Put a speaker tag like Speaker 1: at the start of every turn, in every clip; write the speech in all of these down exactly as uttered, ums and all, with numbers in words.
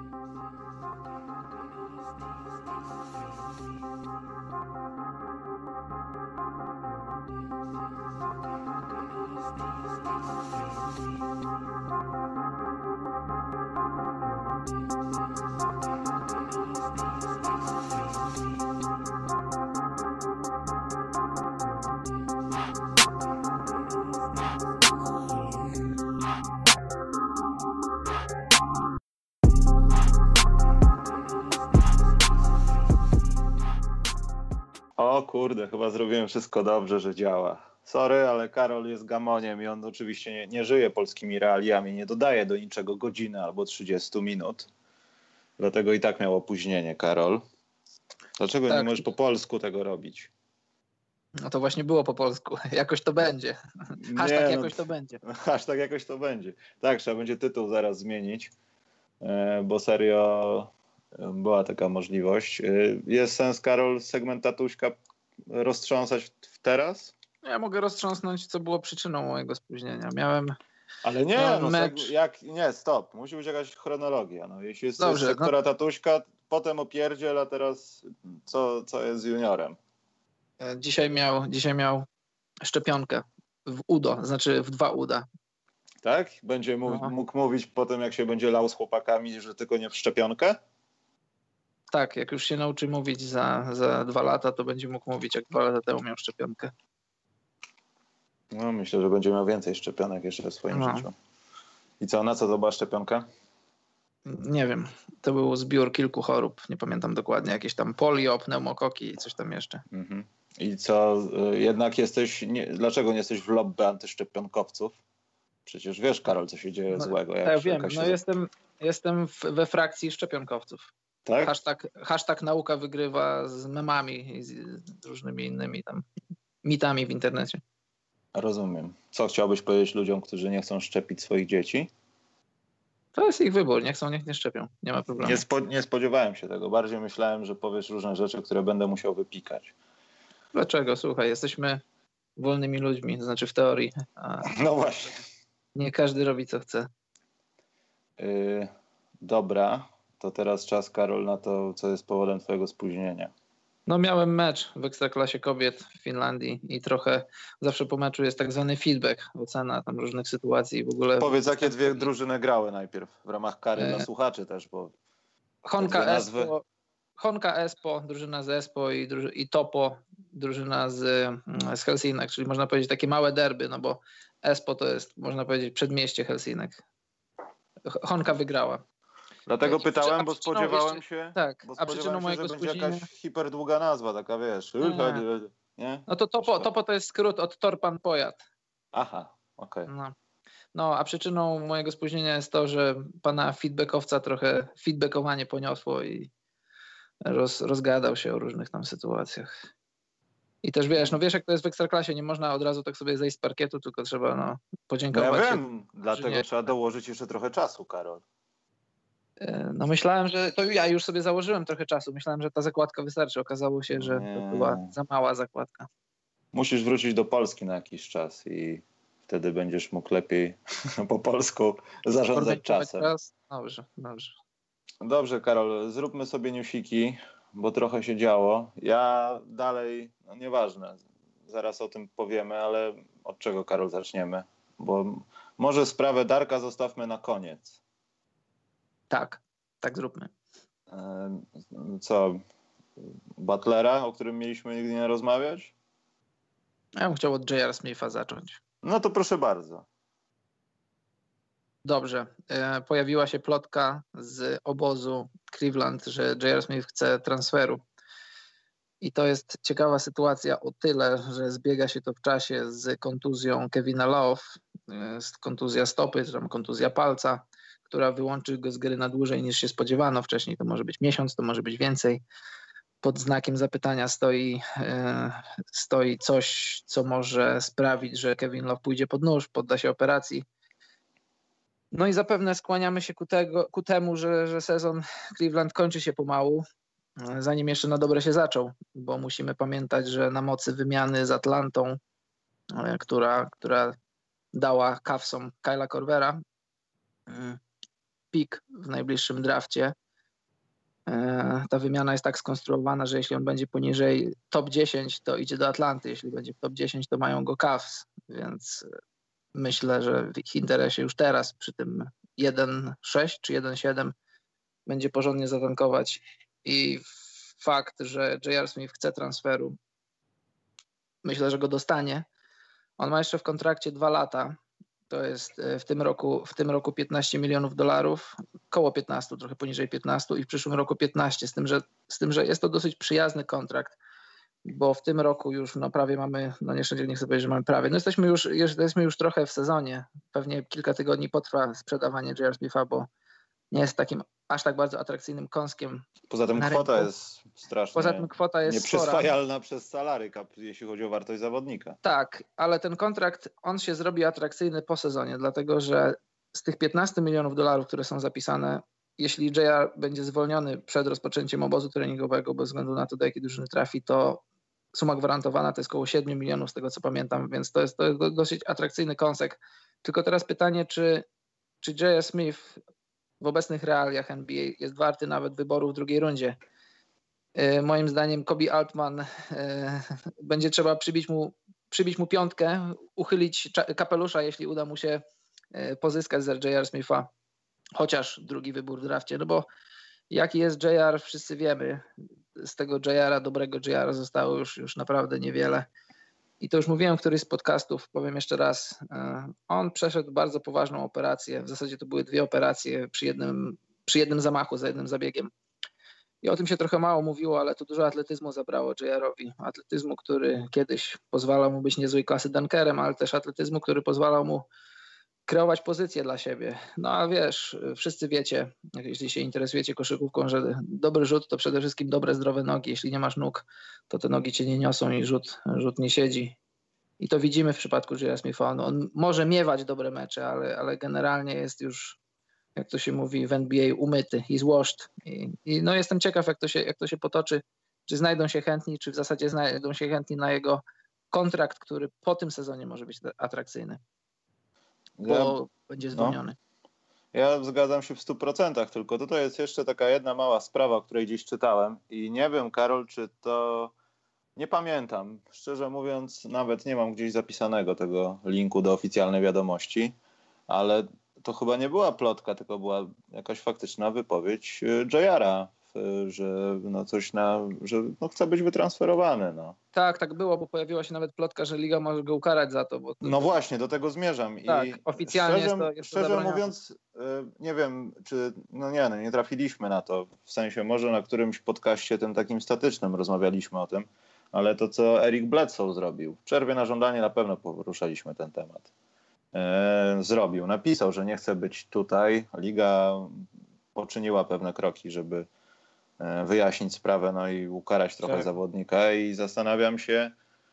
Speaker 1: O kurde, chyba zrobiłem wszystko dobrze, że działa. Sorry, ale Karol jest gamoniem i on oczywiście nie, nie żyje polskimi realiami, nie dodaje do niczego godziny albo trzydzieści minut. Dlatego i tak miał opóźnienie, Karol. Dlaczego
Speaker 2: Tak.
Speaker 1: nie możesz po polsku tego robić?
Speaker 2: No to właśnie było po polsku. Jakoś to będzie. Hashtag
Speaker 1: Nie,
Speaker 2: jakoś
Speaker 1: no,
Speaker 2: to będzie.
Speaker 1: Hashtag jakoś to będzie. Tak, trzeba będzie tytuł zaraz zmienić, bo serio była taka możliwość. Jest sens, Karol, segment tatuśka roztrząsać w teraz?
Speaker 2: Ja mogę roztrząsnąć, co było przyczyną mojego spóźnienia. Miałem
Speaker 1: Ale nie,
Speaker 2: miałem
Speaker 1: no
Speaker 2: mecz.
Speaker 1: jak, nie, stop. Musi być jakaś chronologia. No, jeśli jest
Speaker 2: Dobrze,
Speaker 1: z sektora no... tatuśka, potem opierdziel, a teraz co, co jest z juniorem?
Speaker 2: Dzisiaj miał, dzisiaj miał szczepionkę w udo, znaczy w dwa uda.
Speaker 1: Tak? Będzie mógł, no. mógł mówić potem, jak się będzie lał z chłopakami, że tylko nie w szczepionkę?
Speaker 2: Tak, jak już się nauczy mówić za, za dwa lata, to będzie mógł mówić, jak dwa lata temu miał szczepionkę.
Speaker 1: No, myślę, że będzie miał więcej szczepionek jeszcze w swoim
Speaker 2: no.
Speaker 1: życiu. I co, na co to była szczepionka?
Speaker 2: Nie wiem. To był zbiór kilku chorób. Nie pamiętam dokładnie. Jakieś tam polio, pneumokoki i coś tam jeszcze.
Speaker 1: Mhm. I co, jednak jesteś, nie, dlaczego nie jesteś w lobby antyszczepionkowców? Przecież wiesz, Karol, co się dzieje
Speaker 2: no,
Speaker 1: złego. Jak
Speaker 2: ja wiem,
Speaker 1: się...
Speaker 2: no jestem, jestem w, we frakcji szczepionkowców.
Speaker 1: Tak?
Speaker 2: Hashtag, hashtag nauka wygrywa z memami i z różnymi innymi tam mitami w internecie.
Speaker 1: Rozumiem. Co chciałbyś powiedzieć ludziom, którzy nie chcą szczepić swoich dzieci?
Speaker 2: To jest ich wybór. Nie chcą, niech nie szczepią. Nie ma problemu.
Speaker 1: Nie, spo, nie spodziewałem się tego. Bardziej myślałem, że powiesz różne rzeczy, które będę musiał wypikać.
Speaker 2: Dlaczego? Słuchaj, jesteśmy wolnymi ludźmi, to znaczy w teorii. A
Speaker 1: no właśnie.
Speaker 2: Nie każdy robi, co chce.
Speaker 1: Yy, dobra. To teraz czas, Karol, na to, co jest powodem twojego spóźnienia.
Speaker 2: No miałem mecz w Ekstraklasie kobiet w Finlandii i trochę zawsze po meczu jest tak zwany feedback, ocena tam różnych sytuacji w ogóle.
Speaker 1: Powiedz, jakie dwie drużyny grały najpierw w ramach kary
Speaker 2: e...
Speaker 1: dla słuchaczy też, bo
Speaker 2: Honka nazwy... Espo, Honka Espo, drużyna z Espo i, druży... i Topo, drużyna z, z Helsinek, czyli można powiedzieć takie małe derby, no bo Espo to jest, można powiedzieć, przedmieście Helsinek. Honka wygrała.
Speaker 1: Dlatego pytałem, bo spodziewałem
Speaker 2: jeszcze,
Speaker 1: się,
Speaker 2: tak,
Speaker 1: bo
Speaker 2: a przyczyną mojego
Speaker 1: się, że będzie
Speaker 2: spóźnienia...
Speaker 1: jakaś hiperdługa nazwa, taka wiesz. Nie. Nie?
Speaker 2: No to topo, topo to jest skrót od Torpan Pojat.
Speaker 1: Aha, okej. Okay.
Speaker 2: No. no, a przyczyną mojego spóźnienia jest to, że pana feedbackowca trochę feedbackowanie poniosło i roz, rozgadał się o różnych tam sytuacjach. I też wiesz, no wiesz jak to jest w Ekstraklasie, nie można od razu tak sobie zejść z parkietu, tylko trzeba no, podziękować.
Speaker 1: No ja
Speaker 2: się,
Speaker 1: wiem, dlatego nie... trzeba dołożyć jeszcze trochę czasu, Karol.
Speaker 2: No myślałem, że to ja już sobie założyłem trochę czasu. Myślałem, że ta zakładka wystarczy. Okazało się, że
Speaker 1: nie.
Speaker 2: to była za mała zakładka.
Speaker 1: Musisz wrócić do Polski na jakiś czas i wtedy będziesz mógł lepiej po polsku zarządzać czasem.
Speaker 2: Czas? Dobrze, dobrze.
Speaker 1: Dobrze, Karol, zróbmy sobie newsiki, bo trochę się działo. Ja dalej, no nieważne, zaraz o tym powiemy, ale od czego, Karol, zaczniemy? Bo może sprawę Darka zostawmy na koniec.
Speaker 2: Tak, tak zróbmy.
Speaker 1: Co? Butlera, o którym mieliśmy nigdy nie rozmawiać?
Speaker 2: Ja bym chciał od J R. Smitha zacząć.
Speaker 1: No to proszę bardzo.
Speaker 2: Dobrze. E, pojawiła się plotka z obozu Cleveland, że J R. Smith chce transferu. I to jest ciekawa sytuacja o tyle, że zbiega się to w czasie z kontuzją Kevina Love, jest kontuzja stopy, czy tam kontuzja palca, która wyłączy go z gry na dłużej niż się spodziewano wcześniej. To może być miesiąc, to może być więcej. Pod znakiem zapytania stoi, e, stoi coś, co może sprawić, że Kevin Love pójdzie pod nóż, podda się operacji. No i zapewne skłaniamy się ku, tego, ku temu, że, że sezon Cleveland kończy się pomału, zanim jeszcze na dobre się zaczął, bo musimy pamiętać, że na mocy wymiany z Atlantą, e, która, która dała Cavsom Kyla Korvera, pick w najbliższym drafcie. Ta wymiana jest tak skonstruowana, że jeśli on będzie poniżej top dziesięć, to idzie do Atlanty. Jeśli będzie w top dziesięć, to mają go Cavs, więc myślę, że w ich interesie już teraz przy tym jeden sześć czy jeden siedem będzie porządnie zatankować. I fakt, że J R. Smith chce transferu, myślę, że go dostanie. On ma jeszcze w kontrakcie dwa lata. To jest w tym roku, w tym roku piętnaście milionów dolarów, koło piętnaście, trochę poniżej piętnaście i w przyszłym roku piętnaście, z tym, że, z tym, że jest to dosyć przyjazny kontrakt, bo w tym roku już no prawie mamy, no nie wszędzie nie chcę powiedzieć, że mamy prawie, no jesteśmy już, jesteśmy już trochę w sezonie, pewnie kilka tygodni potrwa sprzedawanie J R. Smitha, bo nie jest takim aż tak bardzo atrakcyjnym kąskiem.
Speaker 1: Poza tym kwota rynku. jest strasznie
Speaker 2: Poza tym kwota jest
Speaker 1: nieprzyswajalna spora. Przez salary cap, jeśli chodzi o wartość zawodnika.
Speaker 2: Tak, ale ten kontrakt, on się zrobi atrakcyjny po sezonie, dlatego że z tych piętnaście milionów dolarów, które są zapisane, jeśli J R będzie zwolniony przed rozpoczęciem obozu treningowego, bez względu na to, do jakiej drużyny trafi, to suma gwarantowana to jest około siedem milionów, z tego co pamiętam, więc to jest, to jest dosyć atrakcyjny kąsek. Tylko teraz pytanie, czy, czy J R. Smith w obecnych realiach N B A jest warty nawet wyboru w drugiej rundzie. Yy, moim zdaniem Kobe Altman yy, będzie trzeba przybić mu, przybić mu piątkę, uchylić kapelusza, jeśli uda mu się yy, pozyskać z J R. Smitha chociaż drugi wybór w drafcie, no bo jaki jest J R, wszyscy wiemy. Z tego J R-a, dobrego J R-a zostało już, już naprawdę niewiele. I to już mówiłem w którymś z podcastów, powiem jeszcze raz. On przeszedł bardzo poważną operację. W zasadzie to były dwie operacje przy jednym, przy jednym zamachu, za jednym zabiegiem. I o tym się trochę mało mówiło, ale to dużo atletyzmu zabrało J R-owi. Atletyzmu, który kiedyś pozwalał mu być niezłej klasy dunkerem, ale też atletyzmu, który pozwalał mu kreować pozycję dla siebie. No a wiesz, wszyscy wiecie, jeśli się interesujecie koszykówką, że dobry rzut to przede wszystkim dobre, zdrowe nogi. Jeśli nie masz nóg, to te nogi cię nie niosą i rzut, rzut nie siedzi. I to widzimy w przypadku J R. Smitha. On, on może miewać dobre mecze, ale, ale generalnie jest już, jak to się mówi w N B A, umyty. He's washed. I, i no jestem ciekaw, jak to, się, jak to się potoczy. Czy znajdą się chętni, czy w zasadzie znajdą się chętni na jego kontrakt, który po tym sezonie może być atrakcyjny. Bo ja, będzie zwolniony.
Speaker 1: No, ja zgadzam się w stu procentach, tylko tutaj jest jeszcze taka jedna mała sprawa, o której gdzieś czytałem i nie wiem, Karol, czy to... Nie pamiętam. Szczerze mówiąc, nawet nie mam gdzieś zapisanego tego linku do oficjalnej wiadomości, ale to chyba nie była plotka, tylko była jakaś faktyczna wypowiedź J R-a, że no coś na, że no chce być wytransferowany. No.
Speaker 2: Tak, tak było, bo pojawiła się nawet plotka, że liga może go ukarać za to. Bo to...
Speaker 1: No właśnie, do tego zmierzam.
Speaker 2: Tak,
Speaker 1: I
Speaker 2: oficjalnie
Speaker 1: szczerze,
Speaker 2: jest to, jest
Speaker 1: szczerze
Speaker 2: to
Speaker 1: mówiąc, nie wiem, czy, no nie, no nie trafiliśmy na to, w sensie może na którymś podcaście tym takim statycznym rozmawialiśmy o tym, ale to, co Eric Bledsoe zrobił, w przerwie na żądanie na pewno poruszaliśmy ten temat. E, zrobił, napisał, że nie chce być tutaj. Liga poczyniła pewne kroki, żeby wyjaśnić sprawę, no i ukarać trochę tak. zawodnika i zastanawiam się,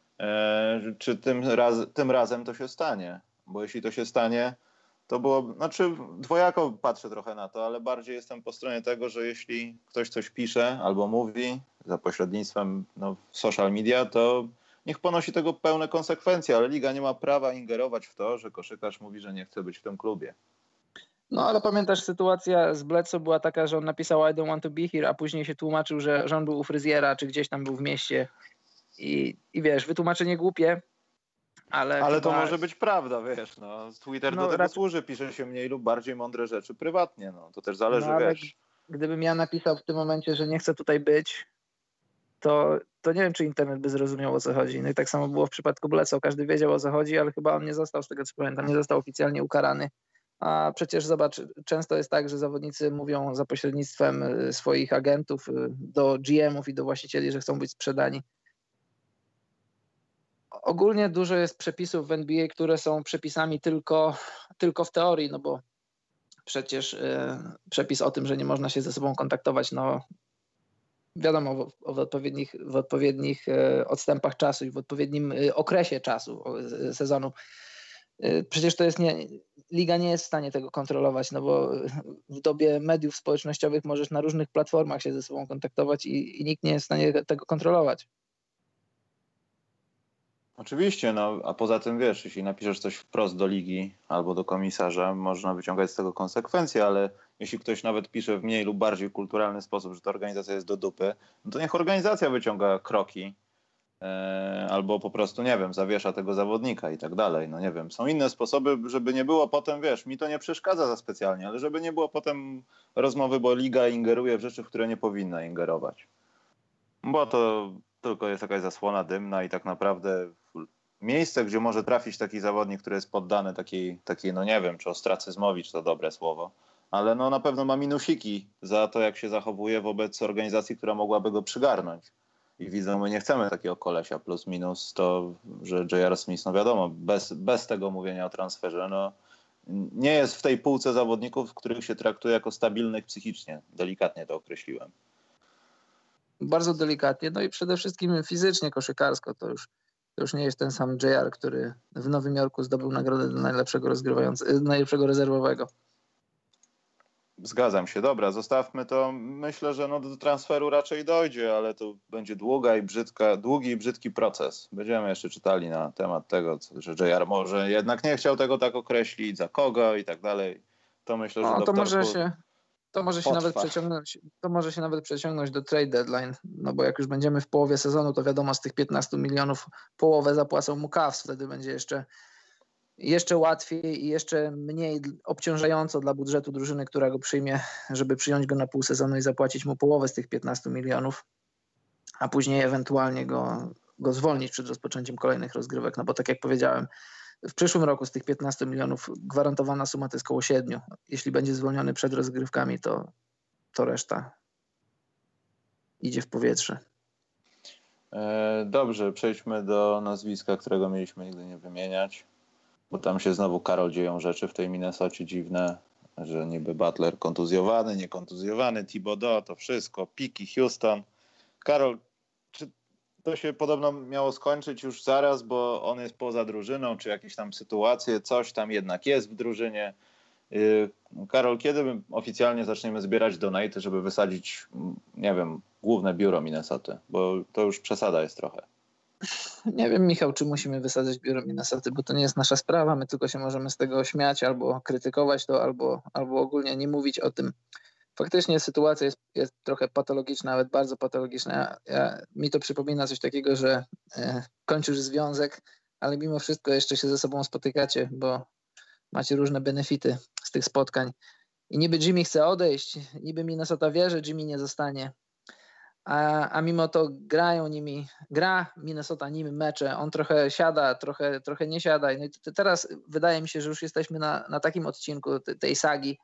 Speaker 1: e, czy tym, raz, tym razem to się stanie, bo jeśli to się stanie, to było, znaczy dwojako patrzę trochę na to, ale bardziej jestem po stronie tego, że jeśli ktoś coś pisze albo mówi za pośrednictwem no, social media, to niech ponosi tego pełne konsekwencje, ale liga nie ma prawa ingerować w to, że koszykarz mówi, że nie chce być w tym klubie.
Speaker 2: No ale pamiętasz, sytuacja z Bledsoe była taka, że on napisał I don't want to be here, a później się tłumaczył, że, że on był u fryzjera, czy gdzieś tam był w mieście i, i wiesz, wytłumaczenie głupie, ale...
Speaker 1: Ale
Speaker 2: chyba...
Speaker 1: to może być prawda, wiesz, no Twitter no, do tego raczej... służy, pisze się mniej lub bardziej mądre rzeczy prywatnie, no to też zależy, no, wiesz.
Speaker 2: Gdybym ja napisał w tym momencie, że nie chcę tutaj być, to, to nie wiem, czy internet by zrozumiał, o co chodzi. No i tak samo było w przypadku Bledsoe, każdy wiedział, o co chodzi, ale chyba on nie został, z tego co pamiętam, nie został oficjalnie ukarany. A przecież zobacz, często jest tak, że zawodnicy mówią za pośrednictwem swoich agentów do G M-ów i do właścicieli, że chcą być sprzedani. Ogólnie dużo jest przepisów w N B A, które są przepisami tylko, tylko w teorii, no bo przecież y, przepis o tym, że nie można się ze sobą kontaktować, no wiadomo, w, w odpowiednich, w odpowiednich y, odstępach czasu i w odpowiednim y, okresie czasu y, sezonu. Przecież to jest nie, liga nie jest w stanie tego kontrolować, no bo w dobie mediów społecznościowych możesz na różnych platformach się ze sobą kontaktować i, i nikt nie jest w stanie tego kontrolować.
Speaker 1: Oczywiście, no a poza tym wiesz, jeśli napiszesz coś wprost do ligi albo do komisarza, można wyciągać z tego konsekwencje, ale jeśli ktoś nawet pisze w mniej lub bardziej kulturalny sposób, że ta organizacja jest do dupy, no to niech organizacja wyciąga kroki e, albo po prostu, nie wiem, zawiesza tego zawodnika i tak dalej. No nie wiem, są inne sposoby, żeby nie było potem, wiesz, mi to nie przeszkadza za specjalnie, ale żeby nie było potem rozmowy, bo liga ingeruje w rzeczy, w które nie powinna ingerować. Bo to tylko jest jakaś zasłona dymna i tak naprawdę miejsce, gdzie może trafić taki zawodnik, który jest poddany takiej, takiej no nie wiem, czy ostracyzmowi, czy to dobre słowo, ale no na pewno ma minusiki za to, jak się zachowuje wobec organizacji, która mogłaby go przygarnąć. I widzą, my nie chcemy takiego kolesia. Plus minus to, że J R. Smith, no wiadomo, bez, bez tego mówienia o transferze, no nie jest w tej półce zawodników, których się traktuje jako stabilnych psychicznie. Delikatnie to określiłem.
Speaker 2: Bardzo delikatnie, no i przede wszystkim fizycznie, koszykarsko. To już, to już nie jest ten sam J R, który w Nowym Jorku zdobył nagrodę do najlepszego rozgrywającego, najlepszego rezerwowego.
Speaker 1: Zgadzam się. Dobra, zostawmy to. Myślę, że no do transferu raczej dojdzie, ale to będzie długa i brzydka, długi i brzydki proces. Będziemy jeszcze czytali na temat tego, że J R może jednak nie chciał tego tak określić, za kogo i tak dalej. To myślę, że
Speaker 2: no, to
Speaker 1: doktorku...
Speaker 2: może się To może, się nawet
Speaker 1: Potrwa.
Speaker 2: przeciągnąć, to może się nawet przeciągnąć do trade deadline, no bo jak już będziemy w połowie sezonu, to wiadomo, z tych piętnastu milionów połowę zapłacą mu Cavs, wtedy będzie jeszcze, jeszcze łatwiej i jeszcze mniej obciążająco dla budżetu drużyny, która go przyjmie, żeby przyjąć go na pół sezonu i zapłacić mu połowę z tych piętnastu milionów, a później ewentualnie go, go zwolnić przed rozpoczęciem kolejnych rozgrywek, no bo tak jak powiedziałem, w przyszłym roku z tych piętnastu milionów gwarantowana suma to jest koło siedmiu. Jeśli będzie zwolniony przed rozgrywkami, to, to reszta idzie w powietrze.
Speaker 1: Dobrze, przejdźmy do nazwiska, którego mieliśmy nigdy nie wymieniać, bo tam się znowu, Karol, dzieją rzeczy w tej Minnesocie dziwne, że niby Butler kontuzjowany, niekontuzjowany, Thibodeau, to wszystko, piki, Houston. Karol, czy to się podobno miało skończyć już zaraz, bo on jest poza drużyną, czy jakieś tam sytuacje, coś tam jednak jest w drużynie. Karol, kiedy my oficjalnie zaczniemy zbierać donaty, żeby wysadzić, nie wiem, główne biuro Minnesoty? Bo to już przesada jest trochę.
Speaker 2: Nie wiem, Michał, czy musimy wysadzać biuro Minnesoty, bo to nie jest nasza sprawa. My tylko się możemy z tego śmiać albo krytykować to, albo, albo ogólnie nie mówić o tym. Faktycznie sytuacja jest, jest trochę patologiczna, nawet bardzo patologiczna. Ja, ja, mi to przypomina coś takiego, że e, kończysz związek, ale mimo wszystko jeszcze się ze sobą spotykacie, bo macie różne benefity z tych spotkań. I niby Jimmy chce odejść, niby Minnesota wie, że Jimmy nie zostanie, a, a mimo to grają nimi, gra Minnesota nimi mecze, on trochę siada, trochę, trochę nie siada. No i to, to teraz wydaje mi się, że już jesteśmy na, na takim odcinku tej, tej sagi,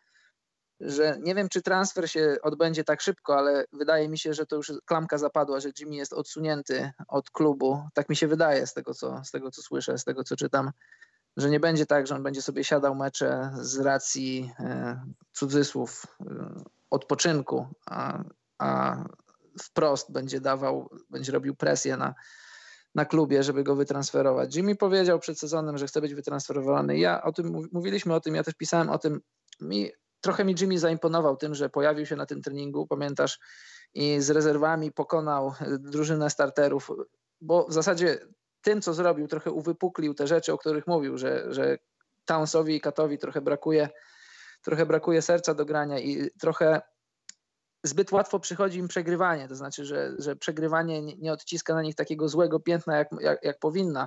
Speaker 2: że nie wiem, czy transfer się odbędzie tak szybko, ale wydaje mi się, że to już klamka zapadła, że Jimmy jest odsunięty od klubu. Tak mi się wydaje z tego, co, z tego, co słyszę, z tego, co czytam, że nie będzie tak, że on będzie sobie siadał mecze z racji e, cudzysłów e, odpoczynku, a, a wprost będzie dawał, będzie robił presję na, na klubie, żeby go wytransferować. Jimmy powiedział przed sezonem, że chce być wytransferowany. Ja o tym mówiliśmy o tym, ja też pisałem o tym. Mi, trochę mi Jimmy zaimponował tym, że pojawił się na tym treningu, pamiętasz, i z rezerwami pokonał drużynę starterów, bo w zasadzie tym, co zrobił, trochę uwypuklił te rzeczy, o których mówił, że, że Townsowi i Katowi trochę brakuje, trochę brakuje serca do grania i trochę zbyt łatwo przychodzi im przegrywanie, to znaczy, że, że przegrywanie nie, nie odciska na nich takiego złego piętna, jak, jak, jak powinna.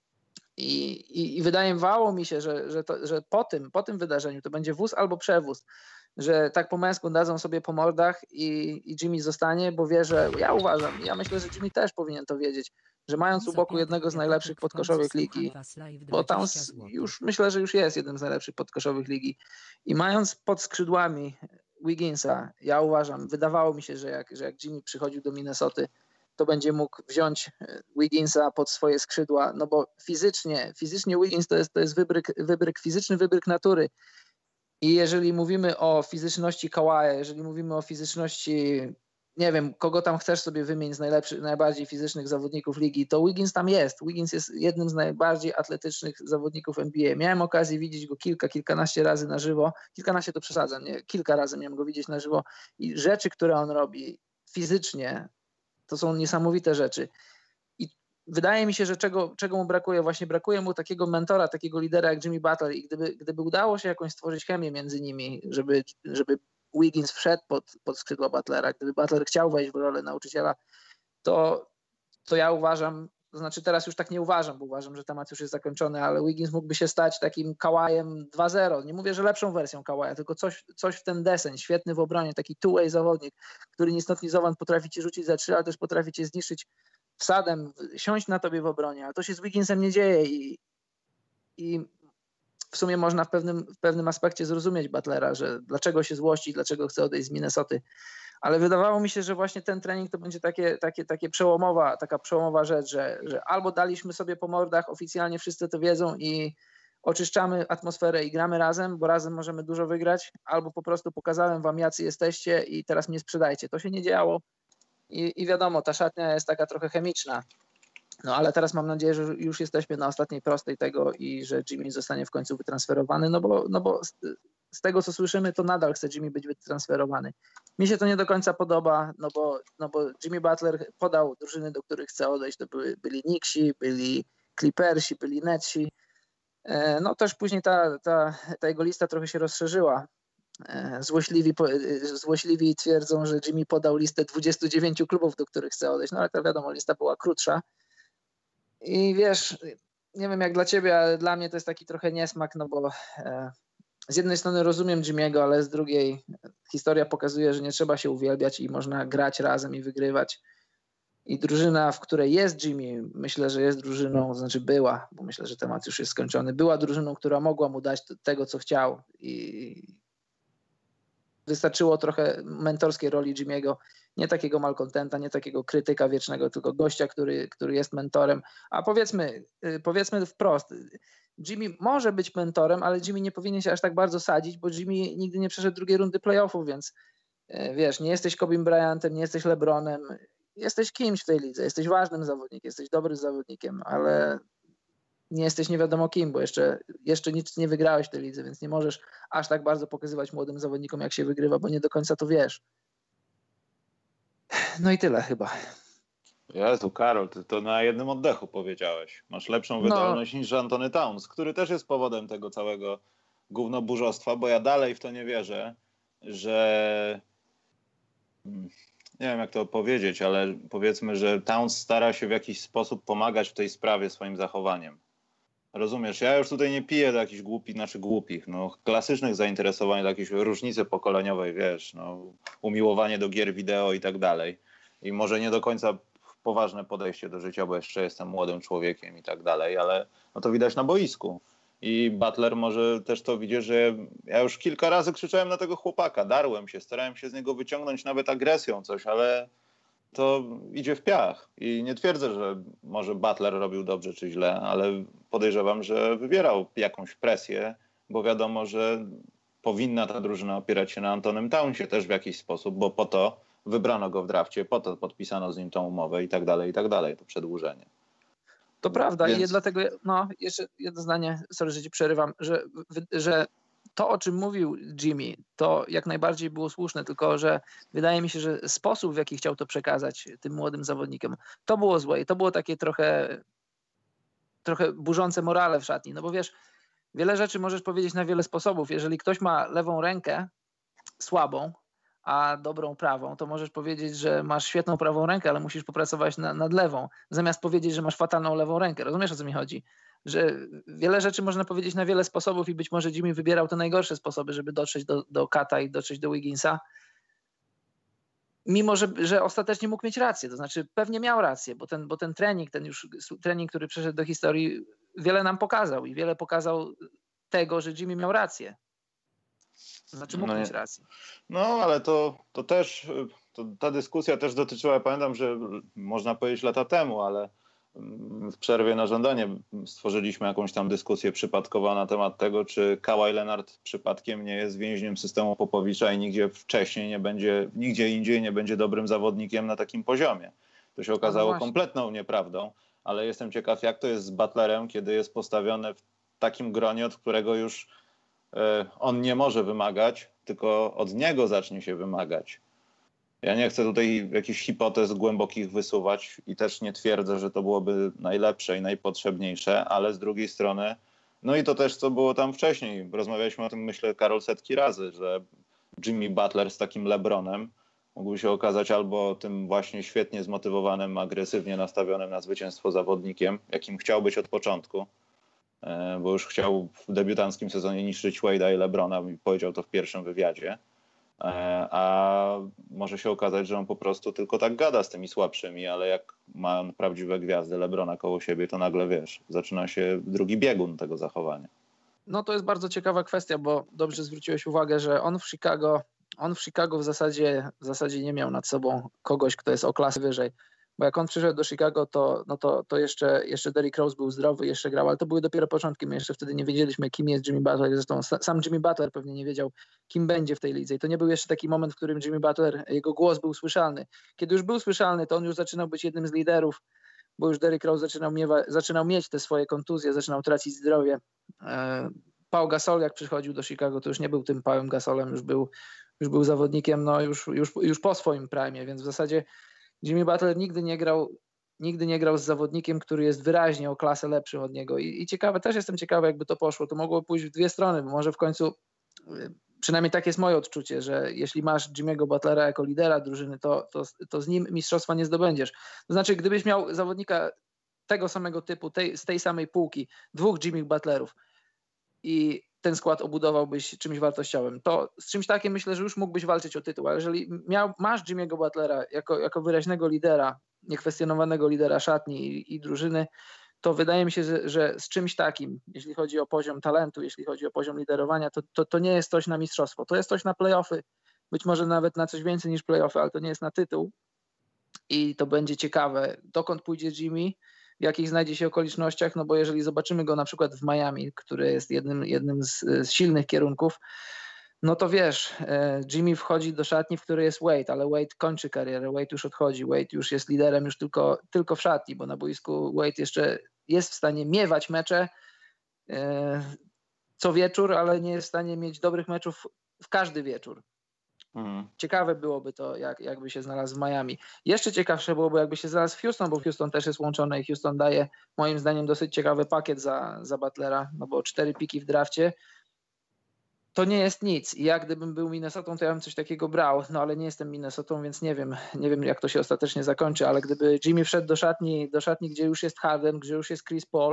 Speaker 2: I, i, i wydawało mi się, że, że, to, że po, tym, po tym wydarzeniu to będzie wóz albo przewóz, że tak po męsku dadzą sobie po mordach i, i Jimmy zostanie, bo wie, że ja uważam, ja myślę, że Jimmy też powinien to wiedzieć, że mając u boku jednego z najlepszych podkoszowych ligi, bo tam już myślę, że już jest jednym z najlepszych podkoszowych ligi i mając pod skrzydłami Wigginsa, ja uważam, wydawało mi się, że jak, że jak Jimmy przychodził do Minnesoty, to będzie mógł wziąć Wigginsa pod swoje skrzydła, no bo fizycznie, fizycznie Wiggins to jest, to jest wybryk, wybryk fizyczny, wybryk natury. I jeżeli mówimy o fizyczności Kawaja, jeżeli mówimy o fizyczności, nie wiem, kogo tam chcesz sobie wymienić z najlepszych, najbardziej fizycznych zawodników ligi, to Wiggins tam jest. Wiggins jest jednym z najbardziej atletycznych zawodników N B A. Miałem okazję widzieć go kilka, kilkanaście razy na żywo. Kilkanaście to przesadzam, nie? Kilka razy miałem go widzieć na żywo i rzeczy, które on robi fizycznie, to są niesamowite rzeczy. I wydaje mi się, że czego, czego mu brakuje, właśnie brakuje mu takiego mentora, takiego lidera jak Jimmy Butler i gdyby, gdyby udało się jakąś stworzyć chemię między nimi, żeby, żeby Wiggins wszedł pod, pod skrzydła Butlera, gdyby Butler chciał wejść w rolę nauczyciela, to, to ja uważam, to znaczy teraz już tak nie uważam, bo uważam, że temat już jest zakończony, ale Wiggins mógłby się stać takim Kawajem dwa zero. Nie mówię, że lepszą wersją Kawaja, tylko coś, coś w ten deseń, świetny w obronie, taki two-way zawodnik, który ni stąd ni zowąd potrafi ci rzucić za trzy, ale też potrafi cię zniszczyć wsadem, siąść na tobie w obronie, a to się z Wigginsem nie dzieje i, i w sumie można w pewnym, w pewnym aspekcie zrozumieć Butlera, że dlaczego się złości, dlaczego chce odejść z Minnesoty. Ale wydawało mi się, że właśnie ten trening to będzie takie, takie, takie przełomowa, taka przełomowa rzecz, że, że albo daliśmy sobie po mordach, oficjalnie wszyscy to wiedzą i oczyszczamy atmosferę i gramy razem, bo razem możemy dużo wygrać, albo po prostu pokazałem wam, jacy jesteście i teraz mnie sprzedajcie. To się nie działo i, i wiadomo, ta szatnia jest taka trochę chemiczna. No ale teraz mam nadzieję, że już jesteśmy na ostatniej prostej tego i że Jimmy zostanie w końcu wytransferowany, no bo, no bo z, z tego, co słyszymy, to nadal chce Jimmy być wytransferowany. Mi się to nie do końca podoba, no bo, no bo Jimmy Butler podał drużyny, do których chce odejść. To były, byli Knicksi, byli Clippersi, byli Netsi. No też później ta, ta, ta jego lista trochę się rozszerzyła. Złośliwi, złośliwi twierdzą, że Jimmy podał listę dwudziestu dziewięciu klubów, do których chce odejść, no ale to wiadomo, lista była krótsza. I wiesz, nie wiem jak dla ciebie, ale dla mnie to jest taki trochę niesmak, no bo e, z jednej strony rozumiem Jimmy'ego, ale z drugiej historia pokazuje, że nie trzeba się uwielbiać i można grać razem i wygrywać. I drużyna, w której jest Jimmy, myślę, że jest drużyną, to znaczy była, bo myślę, że temat już jest skończony, była drużyną, która mogła mu dać tego, co chciał i wystarczyło trochę mentorskiej roli Jimmy'ego, nie takiego malkontenta, nie takiego krytyka wiecznego, tylko gościa, który, który jest mentorem. A powiedzmy, powiedzmy wprost, Jimmy może być mentorem, ale Jimmy nie powinien się aż tak bardzo sadzić, bo Jimmy nigdy nie przeszedł drugiej rundy playoffów, więc wiesz, nie jesteś Kobim Bryantem, nie jesteś LeBronem, jesteś kimś w tej lidze, jesteś ważnym zawodnikiem, jesteś dobrym zawodnikiem, ale nie jesteś nie wiadomo kim, bo jeszcze, jeszcze nic nie wygrałeś w tej lidze, więc nie możesz aż tak bardzo pokazywać młodym zawodnikom, jak się wygrywa, bo nie do końca to wiesz. No i tyle chyba.
Speaker 1: Jezu, Karol, ty to na jednym oddechu powiedziałeś. Masz lepszą wydolność no. niż Antony Towns, który też jest powodem tego całego gównoburzostwa, bo ja dalej w to nie wierzę, że... Nie wiem, jak to powiedzieć, ale powiedzmy, że Towns stara się w jakiś sposób pomagać w tej sprawie swoim zachowaniem. Rozumiesz, ja już tutaj nie piję do jakichś głupich, znaczy głupich, no klasycznych zainteresowań, do jakiejś różnicy pokoleniowej, wiesz, no umiłowanie do gier wideo i tak dalej. I może nie do końca poważne podejście do życia, bo jeszcze jestem młodym człowiekiem i tak dalej, ale no to widać na boisku. I Butler może też to widzieć, że ja już kilka razy krzyczałem na tego chłopaka, darłem się, starałem się z niego wyciągnąć nawet agresją coś, ale to idzie w piach. I nie twierdzę, że może Butler robił dobrze czy źle, ale podejrzewam, że wywierał jakąś presję, bo wiadomo, że powinna ta drużyna opierać się na Antonym Townsie też w jakiś sposób, bo po to wybrano go w drafcie, po to podpisano z nim tą umowę i tak dalej, i tak dalej, to przedłużenie.
Speaker 2: To prawda. Więc... i dlatego, no jeszcze jedno zdanie, sorry, że ci przerywam, że, że to, o czym mówił Jimmy, to jak najbardziej było słuszne, tylko że wydaje mi się, że sposób, w jaki chciał to przekazać tym młodym zawodnikom, to było złe i to było takie trochę, trochę burzące morale w szatni, no bo wiesz, wiele rzeczy możesz powiedzieć na wiele sposobów. Jeżeli ktoś ma lewą rękę słabą, a dobrą prawą, to możesz powiedzieć, że masz świetną prawą rękę, ale musisz popracować na, nad lewą, zamiast powiedzieć, że masz fatalną lewą rękę. Rozumiesz, o co mi chodzi? Że wiele rzeczy można powiedzieć na wiele sposobów i być może Jimmy wybierał te najgorsze sposoby, żeby dotrzeć do, do Kata i dotrzeć do Wigginsa. Mimo, że, że ostatecznie mógł mieć rację, to znaczy pewnie miał rację, bo ten, bo ten trening, ten już trening, który przeszedł do historii, wiele nam pokazał i wiele pokazał tego, że Jimmy miał rację. Znaczy mógł
Speaker 1: no,
Speaker 2: mieć rację.
Speaker 1: No, ale to, to też, to, ta dyskusja też dotyczyła, ja pamiętam, że można powiedzieć lata temu, ale w przerwie na żądanie stworzyliśmy jakąś tam dyskusję przypadkową na temat tego, czy Kawhi Leonard przypadkiem nie jest więźniem systemu Popowicza i nigdzie wcześniej nie będzie, nigdzie indziej nie będzie dobrym zawodnikiem na takim poziomie. To się okazało no kompletną nieprawdą, ale jestem ciekaw, jak to jest z Butlerem, kiedy jest postawiony w takim gronie, od którego już on nie może wymagać, tylko od niego zacznie się wymagać. Ja nie chcę tutaj jakichś hipotez głębokich wysuwać i też nie twierdzę, że to byłoby najlepsze i najpotrzebniejsze, ale z drugiej strony, no i to też, co było tam wcześniej. Rozmawialiśmy o tym, myślę, Karol, setki razy, że Jimmy Butler z takim LeBronem mógłby się okazać albo tym właśnie świetnie zmotywowanym, agresywnie nastawionym na zwycięstwo zawodnikiem, jakim chciał być od początku, bo już chciał w debiutanckim sezonie niszczyć Wade'a i LeBrona i powiedział to w pierwszym wywiadzie. A może się okazać, że on po prostu tylko tak gada z tymi słabszymi, ale jak ma prawdziwe gwiazdy LeBrona koło siebie, to nagle, wiesz, zaczyna się drugi biegun tego zachowania.
Speaker 2: No to jest bardzo ciekawa kwestia, bo dobrze zwróciłeś uwagę, że on w Chicago, on w Chicago w zasadzie, w zasadzie nie miał nad sobą kogoś, kto jest o klasę wyżej. Bo jak on przyszedł do Chicago, to, no to, to jeszcze, jeszcze Derrick Rose był zdrowy, jeszcze grał, ale to były dopiero początki. My jeszcze wtedy nie wiedzieliśmy, kim jest Jimmy Butler. Zresztą sam Jimmy Butler pewnie nie wiedział, kim będzie w tej lidze. I to nie był jeszcze taki moment, w którym Jimmy Butler, jego głos był słyszalny. Kiedy już był słyszalny, to on już zaczynał być jednym z liderów, bo już Derrick Rose zaczynał, miewa, zaczynał mieć te swoje kontuzje, zaczynał tracić zdrowie. Pau Gasol, jak przychodził do Chicago, to już nie był tym Pauem Gasolem, już był, już był zawodnikiem no już, już, już po swoim prime, więc w zasadzie Jimmy Butler nigdy nie grał, nigdy nie grał z zawodnikiem, który jest wyraźnie o klasę lepszy od niego. I, i ciekawe, też jestem ciekawy, jakby to poszło. To mogło pójść w dwie strony, bo może w końcu, przynajmniej tak jest moje odczucie, że jeśli masz Jimmy'ego Butlera jako lidera drużyny, to, to, to z nim mistrzostwa nie zdobędziesz. To znaczy, gdybyś miał zawodnika tego samego typu, tej, z tej samej półki, dwóch Jimmy Butlerów i ten skład obudowałbyś czymś wartościowym, to z czymś takim myślę, że już mógłbyś walczyć o tytuł, ale jeżeli miał, masz Jimmy'ego Butlera jako, jako wyraźnego lidera, niekwestionowanego lidera szatni i, i drużyny, to wydaje mi się, że, że z czymś takim, jeśli chodzi o poziom talentu, jeśli chodzi o poziom liderowania, to, to, to nie jest coś na mistrzostwo, to jest coś na play-offy, być może nawet na coś więcej niż play-offy, ale to nie jest na tytuł i to będzie ciekawe, dokąd pójdzie Jimmy, w jakich znajdzie się okolicznościach, no bo jeżeli zobaczymy go na przykład w Miami, który jest jednym, jednym z, z silnych kierunków, no to wiesz, Jimmy wchodzi do szatni, w której jest Wade, ale Wade kończy karierę, Wade już odchodzi, Wade już jest liderem już tylko, tylko w szatni, bo na boisku Wade jeszcze jest w stanie miewać mecze co wieczór, ale nie jest w stanie mieć dobrych meczów w każdy wieczór. Mhm. Ciekawe byłoby to, jak, jakby się znalazł w Miami. Jeszcze ciekawsze byłoby, jakby się znalazł w Houston, bo Houston też jest łączony i Houston daje moim zdaniem dosyć ciekawy pakiet za, za Butlera, no bo cztery piki w drafcie to nie jest nic. I ja gdybym był Minnesotą, to ja bym coś takiego brał, no ale nie jestem Minnesotą, więc nie wiem, nie wiem jak to się ostatecznie zakończy, ale gdyby Jimmy wszedł do szatni, do szatni, gdzie już jest Harden, gdzie już jest Chris Paul,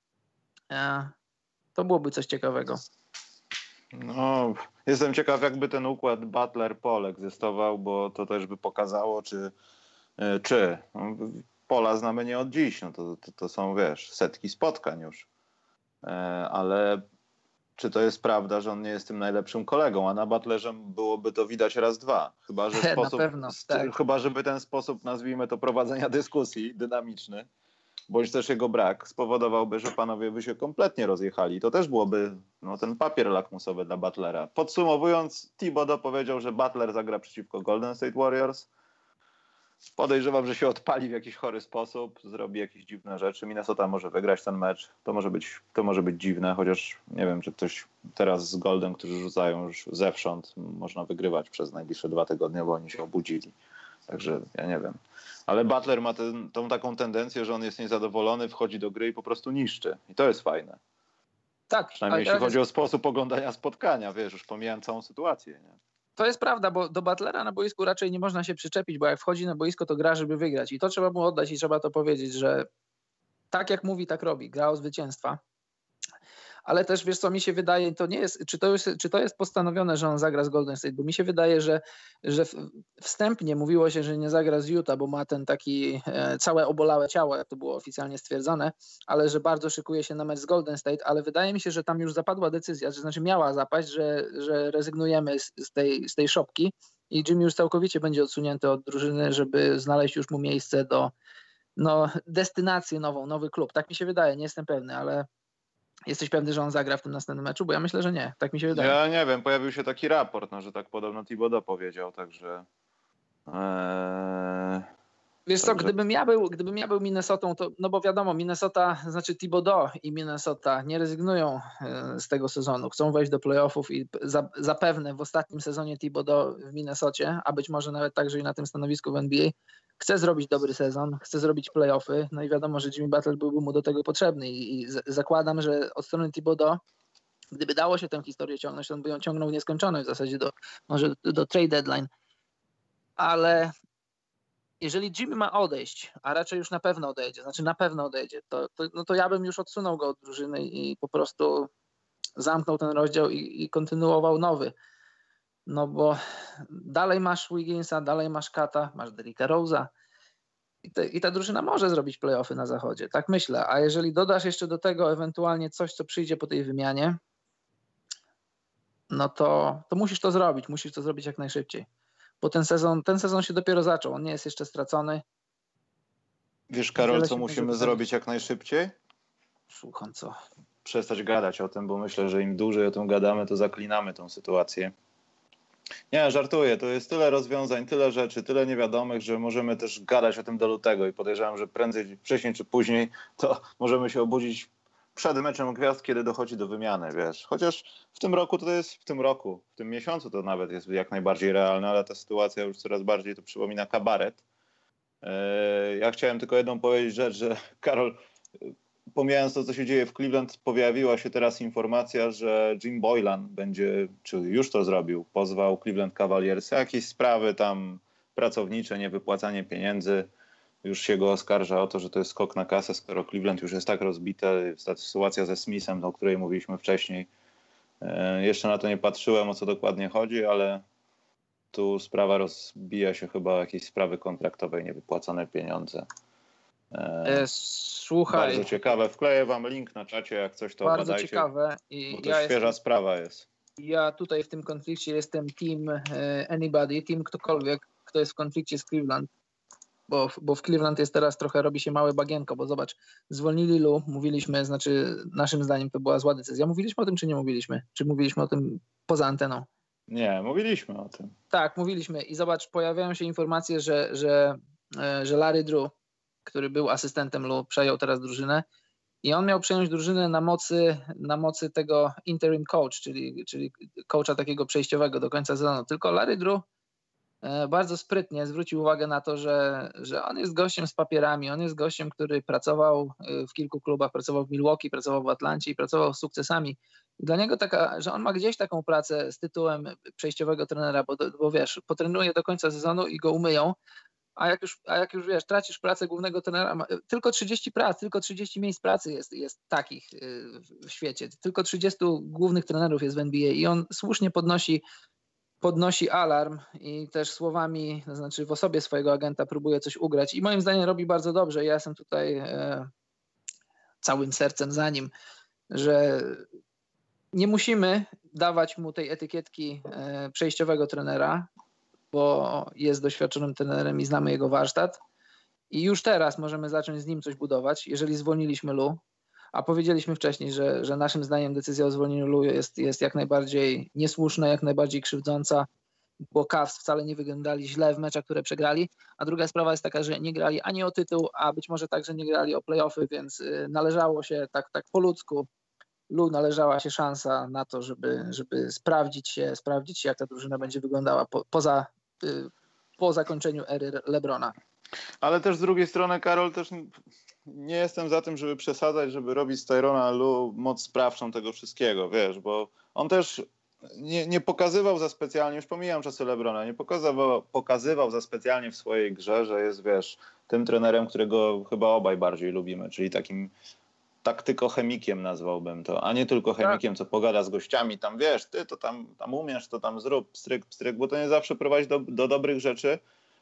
Speaker 2: to byłoby coś ciekawego.
Speaker 1: No, jestem ciekaw, jakby ten układ Butler-Paul egzystował, bo to też by pokazało, czy, czy. No, Paula znamy nie od dziś, no to, to, to są, wiesz, setki spotkań już. Ale czy to jest prawda, że on nie jest tym najlepszym kolegą, a na Butlerze byłoby to widać raz, dwa. Chyba, że sposób,
Speaker 2: na pewno, tak.
Speaker 1: Chyba, żeby ten sposób, nazwijmy to, prowadzenia dyskusji dynamiczny, bądź też jego brak spowodowałby, że panowie by się kompletnie rozjechali. To też byłoby no, ten papier lakmusowy dla Butlera. Podsumowując, Thibodeau powiedział, że Butler zagra przeciwko Golden State Warriors. Podejrzewam, że się odpali w jakiś chory sposób, zrobi jakieś dziwne rzeczy. Minnesota może wygrać ten mecz. To może być, to może być dziwne, chociaż nie wiem, czy ktoś teraz z Golden, którzy rzucają już zewsząd, można wygrywać przez najbliższe dwa tygodnie, bo oni się obudzili. Także ja nie wiem. Ale Butler ma ten, tą taką tendencję, że on jest niezadowolony, wchodzi do gry i po prostu niszczy. I to jest fajne.
Speaker 2: Tak.
Speaker 1: Przynajmniej jeśli chodzi o sposób oglądania spotkania, wiesz, już pomijam całą sytuację. Nie?
Speaker 2: To jest prawda, bo do Butlera na boisku raczej nie można się przyczepić, bo jak wchodzi na boisko, to gra, żeby wygrać. I to trzeba mu oddać i trzeba to powiedzieć, że tak jak mówi, tak robi. Gra o zwycięstwa. Ale też, wiesz co, mi się wydaje, to nie jest, czy to jest, czy to jest postanowione, że on zagra z Golden State, bo mi się wydaje, że, że wstępnie mówiło się, że nie zagra z Utah, bo ma ten taki e, całe obolałe ciało, jak to było oficjalnie stwierdzone, ale że bardzo szykuje się na mecz z Golden State, ale wydaje mi się, że tam już zapadła decyzja, to znaczy miała zapaść, że, że rezygnujemy z, z, tej, z tej szopki i Jimmy już całkowicie będzie odsunięty od drużyny, żeby znaleźć już mu miejsce do no, destynacji nową, nowy klub. Tak mi się wydaje, nie jestem pewny, ale jesteś pewny, że on zagra w tym następnym meczu? Bo ja myślę, że nie. Tak mi się wydaje.
Speaker 1: Ja nie wiem, pojawił się taki raport, no, że tak podobno Thibodeau powiedział, także eee,
Speaker 2: Wiesz co,
Speaker 1: Także...
Speaker 2: gdybym ja był, gdybym ja był Minnesotą, to, no bo wiadomo, Minnesota, znaczy Thibodeau i Minnesota nie rezygnują z tego sezonu. Chcą wejść do playoffów i za, zapewne w ostatnim sezonie Thibodeau w Minnesocie, a być może nawet także i na tym stanowisku w N B A, chce zrobić dobry sezon, chce zrobić playoffy, no i wiadomo, że Jimmy Butler byłby mu do tego potrzebny i, i z, zakładam, że od strony Thibodeau, gdyby dało się tę historię ciągnąć, to on by ją ciągnął w nieskończoność w zasadzie do, może do, do trade deadline. Ale jeżeli Jimmy ma odejść, a raczej już na pewno odejdzie, znaczy na pewno odejdzie, to, to, no to ja bym już odsunął go od drużyny i po prostu zamknął ten rozdział i, i kontynuował nowy. No bo dalej masz Wigginsa, dalej masz Kata, masz Derricka Rose'a i, te, i ta drużyna może zrobić playoffy na zachodzie, tak myślę. A jeżeli dodasz jeszcze do tego ewentualnie coś, co przyjdzie po tej wymianie, no to, to musisz to zrobić, musisz to zrobić jak najszybciej. Bo ten sezon, ten sezon się dopiero zaczął, on nie jest jeszcze stracony.
Speaker 1: Wiesz, Karol, co musimy zrobić jak najszybciej?
Speaker 2: Słucham, co?
Speaker 1: Przestać gadać o tym, bo myślę, że im dłużej o tym gadamy, to zaklinamy tą sytuację. Nie, żartuję, to jest tyle rozwiązań, tyle rzeczy, tyle niewiadomych, że możemy też gadać o tym do lutego i podejrzewam, że prędzej, wcześniej czy później to możemy się obudzić przed meczem gwiazd, kiedy dochodzi do wymiany, wiesz. Chociaż w tym roku to jest, w tym roku, w tym miesiącu to nawet jest jak najbardziej realne, ale ta sytuacja już coraz bardziej to przypomina kabaret. Ja chciałem tylko jedną powiedzieć rzecz, że Karol, pomijając to, co się dzieje w Cleveland, pojawiła się teraz informacja, że Jim Boylan będzie, czy już to zrobił, pozwał Cleveland Cavaliers, jakieś sprawy tam pracownicze, niewypłacanie pieniędzy. Już się go oskarża o to, że to jest skok na kasę, skoro Cleveland już jest tak rozbite. Ta sytuacja ze Smithem, o której mówiliśmy wcześniej. Jeszcze na to nie patrzyłem, o co dokładnie chodzi, ale tu sprawa rozbija się chyba o jakieś sprawy kontraktowe i niewypłacone pieniądze.
Speaker 2: E, słuchaj.
Speaker 1: Bardzo ciekawe. Wkleję wam link na czacie, jak coś to
Speaker 2: bardzo
Speaker 1: badajcie.
Speaker 2: Ciekawe. I
Speaker 1: bo to
Speaker 2: ja
Speaker 1: świeża
Speaker 2: jestem,
Speaker 1: sprawa jest.
Speaker 2: Ja tutaj w tym konflikcie jestem team e, anybody, team ktokolwiek, kto jest w konflikcie z Cleveland. Bo, bo w Cleveland jest teraz trochę, robi się małe bagienko, bo zobacz, zwolnili Lu, mówiliśmy, znaczy naszym zdaniem to była zła decyzja. Mówiliśmy o tym, czy nie mówiliśmy? Czy mówiliśmy o tym poza anteną?
Speaker 1: Nie, mówiliśmy o tym.
Speaker 2: Tak, mówiliśmy i zobacz, pojawiają się informacje, że, że, że Larry Drew, który był asystentem Lu, przejął teraz drużynę i on miał przejąć drużynę na mocy, na mocy tego interim coach, czyli, czyli coacha takiego przejściowego do końca sezonu. Tylko Larry Drew bardzo sprytnie zwrócił uwagę na to, że, że on jest gościem z papierami, on jest gościem, który pracował w kilku klubach, pracował w Milwaukee, pracował w Atlancie i pracował z sukcesami. I dla niego taka, że on ma gdzieś taką pracę z tytułem przejściowego trenera, bo, bo wiesz, potrenuje do końca sezonu i go umyją, a jak już, a jak już wiesz, tracisz pracę głównego trenera, tylko trzydzieści prac, tylko trzydzieści miejsc pracy jest, jest takich w świecie, tylko trzydziestu głównych trenerów jest w N B A i on słusznie podnosi podnosi alarm i też słowami, to znaczy w osobie swojego agenta próbuje coś ugrać i moim zdaniem robi bardzo dobrze. Ja jestem tutaj e, całym sercem za nim, że nie musimy dawać mu tej etykietki e, przejściowego trenera, bo jest doświadczonym trenerem i znamy jego warsztat i już teraz możemy zacząć z nim coś budować. Jeżeli zwolniliśmy Lu, a powiedzieliśmy wcześniej, że, że naszym zdaniem decyzja o zwolnieniu Lu jest, jest jak najbardziej niesłuszna, jak najbardziej krzywdząca, bo Cavs wcale nie wyglądali źle w meczach, które przegrali, a druga sprawa jest taka, że nie grali ani o tytuł, a być może także nie grali o playoffy, więc należało się tak, tak po ludzku, Lu należała się szansa na to, żeby, żeby sprawdzić się, sprawdzić się, jak ta drużyna będzie wyglądała po, poza, po zakończeniu ery LeBrona.
Speaker 1: Ale też z drugiej strony, Karol, też nie jestem za tym, żeby przesadzać, żeby robić z Tyrona Lu moc sprawczą tego wszystkiego, wiesz, bo on też nie, nie pokazywał za specjalnie, już pomijam czasy LeBrona, nie pokazywał, pokazywał za specjalnie w swojej grze, że jest, wiesz, tym trenerem, którego chyba obaj bardziej lubimy, czyli takim taktykochemikiem nazwałbym to, a nie tylko chemikiem, co pogada z gościami, tam wiesz, ty to tam, tam umiesz, to tam zrób, pstryk, pstryk, bo to nie zawsze prowadzi do, do dobrych rzeczy.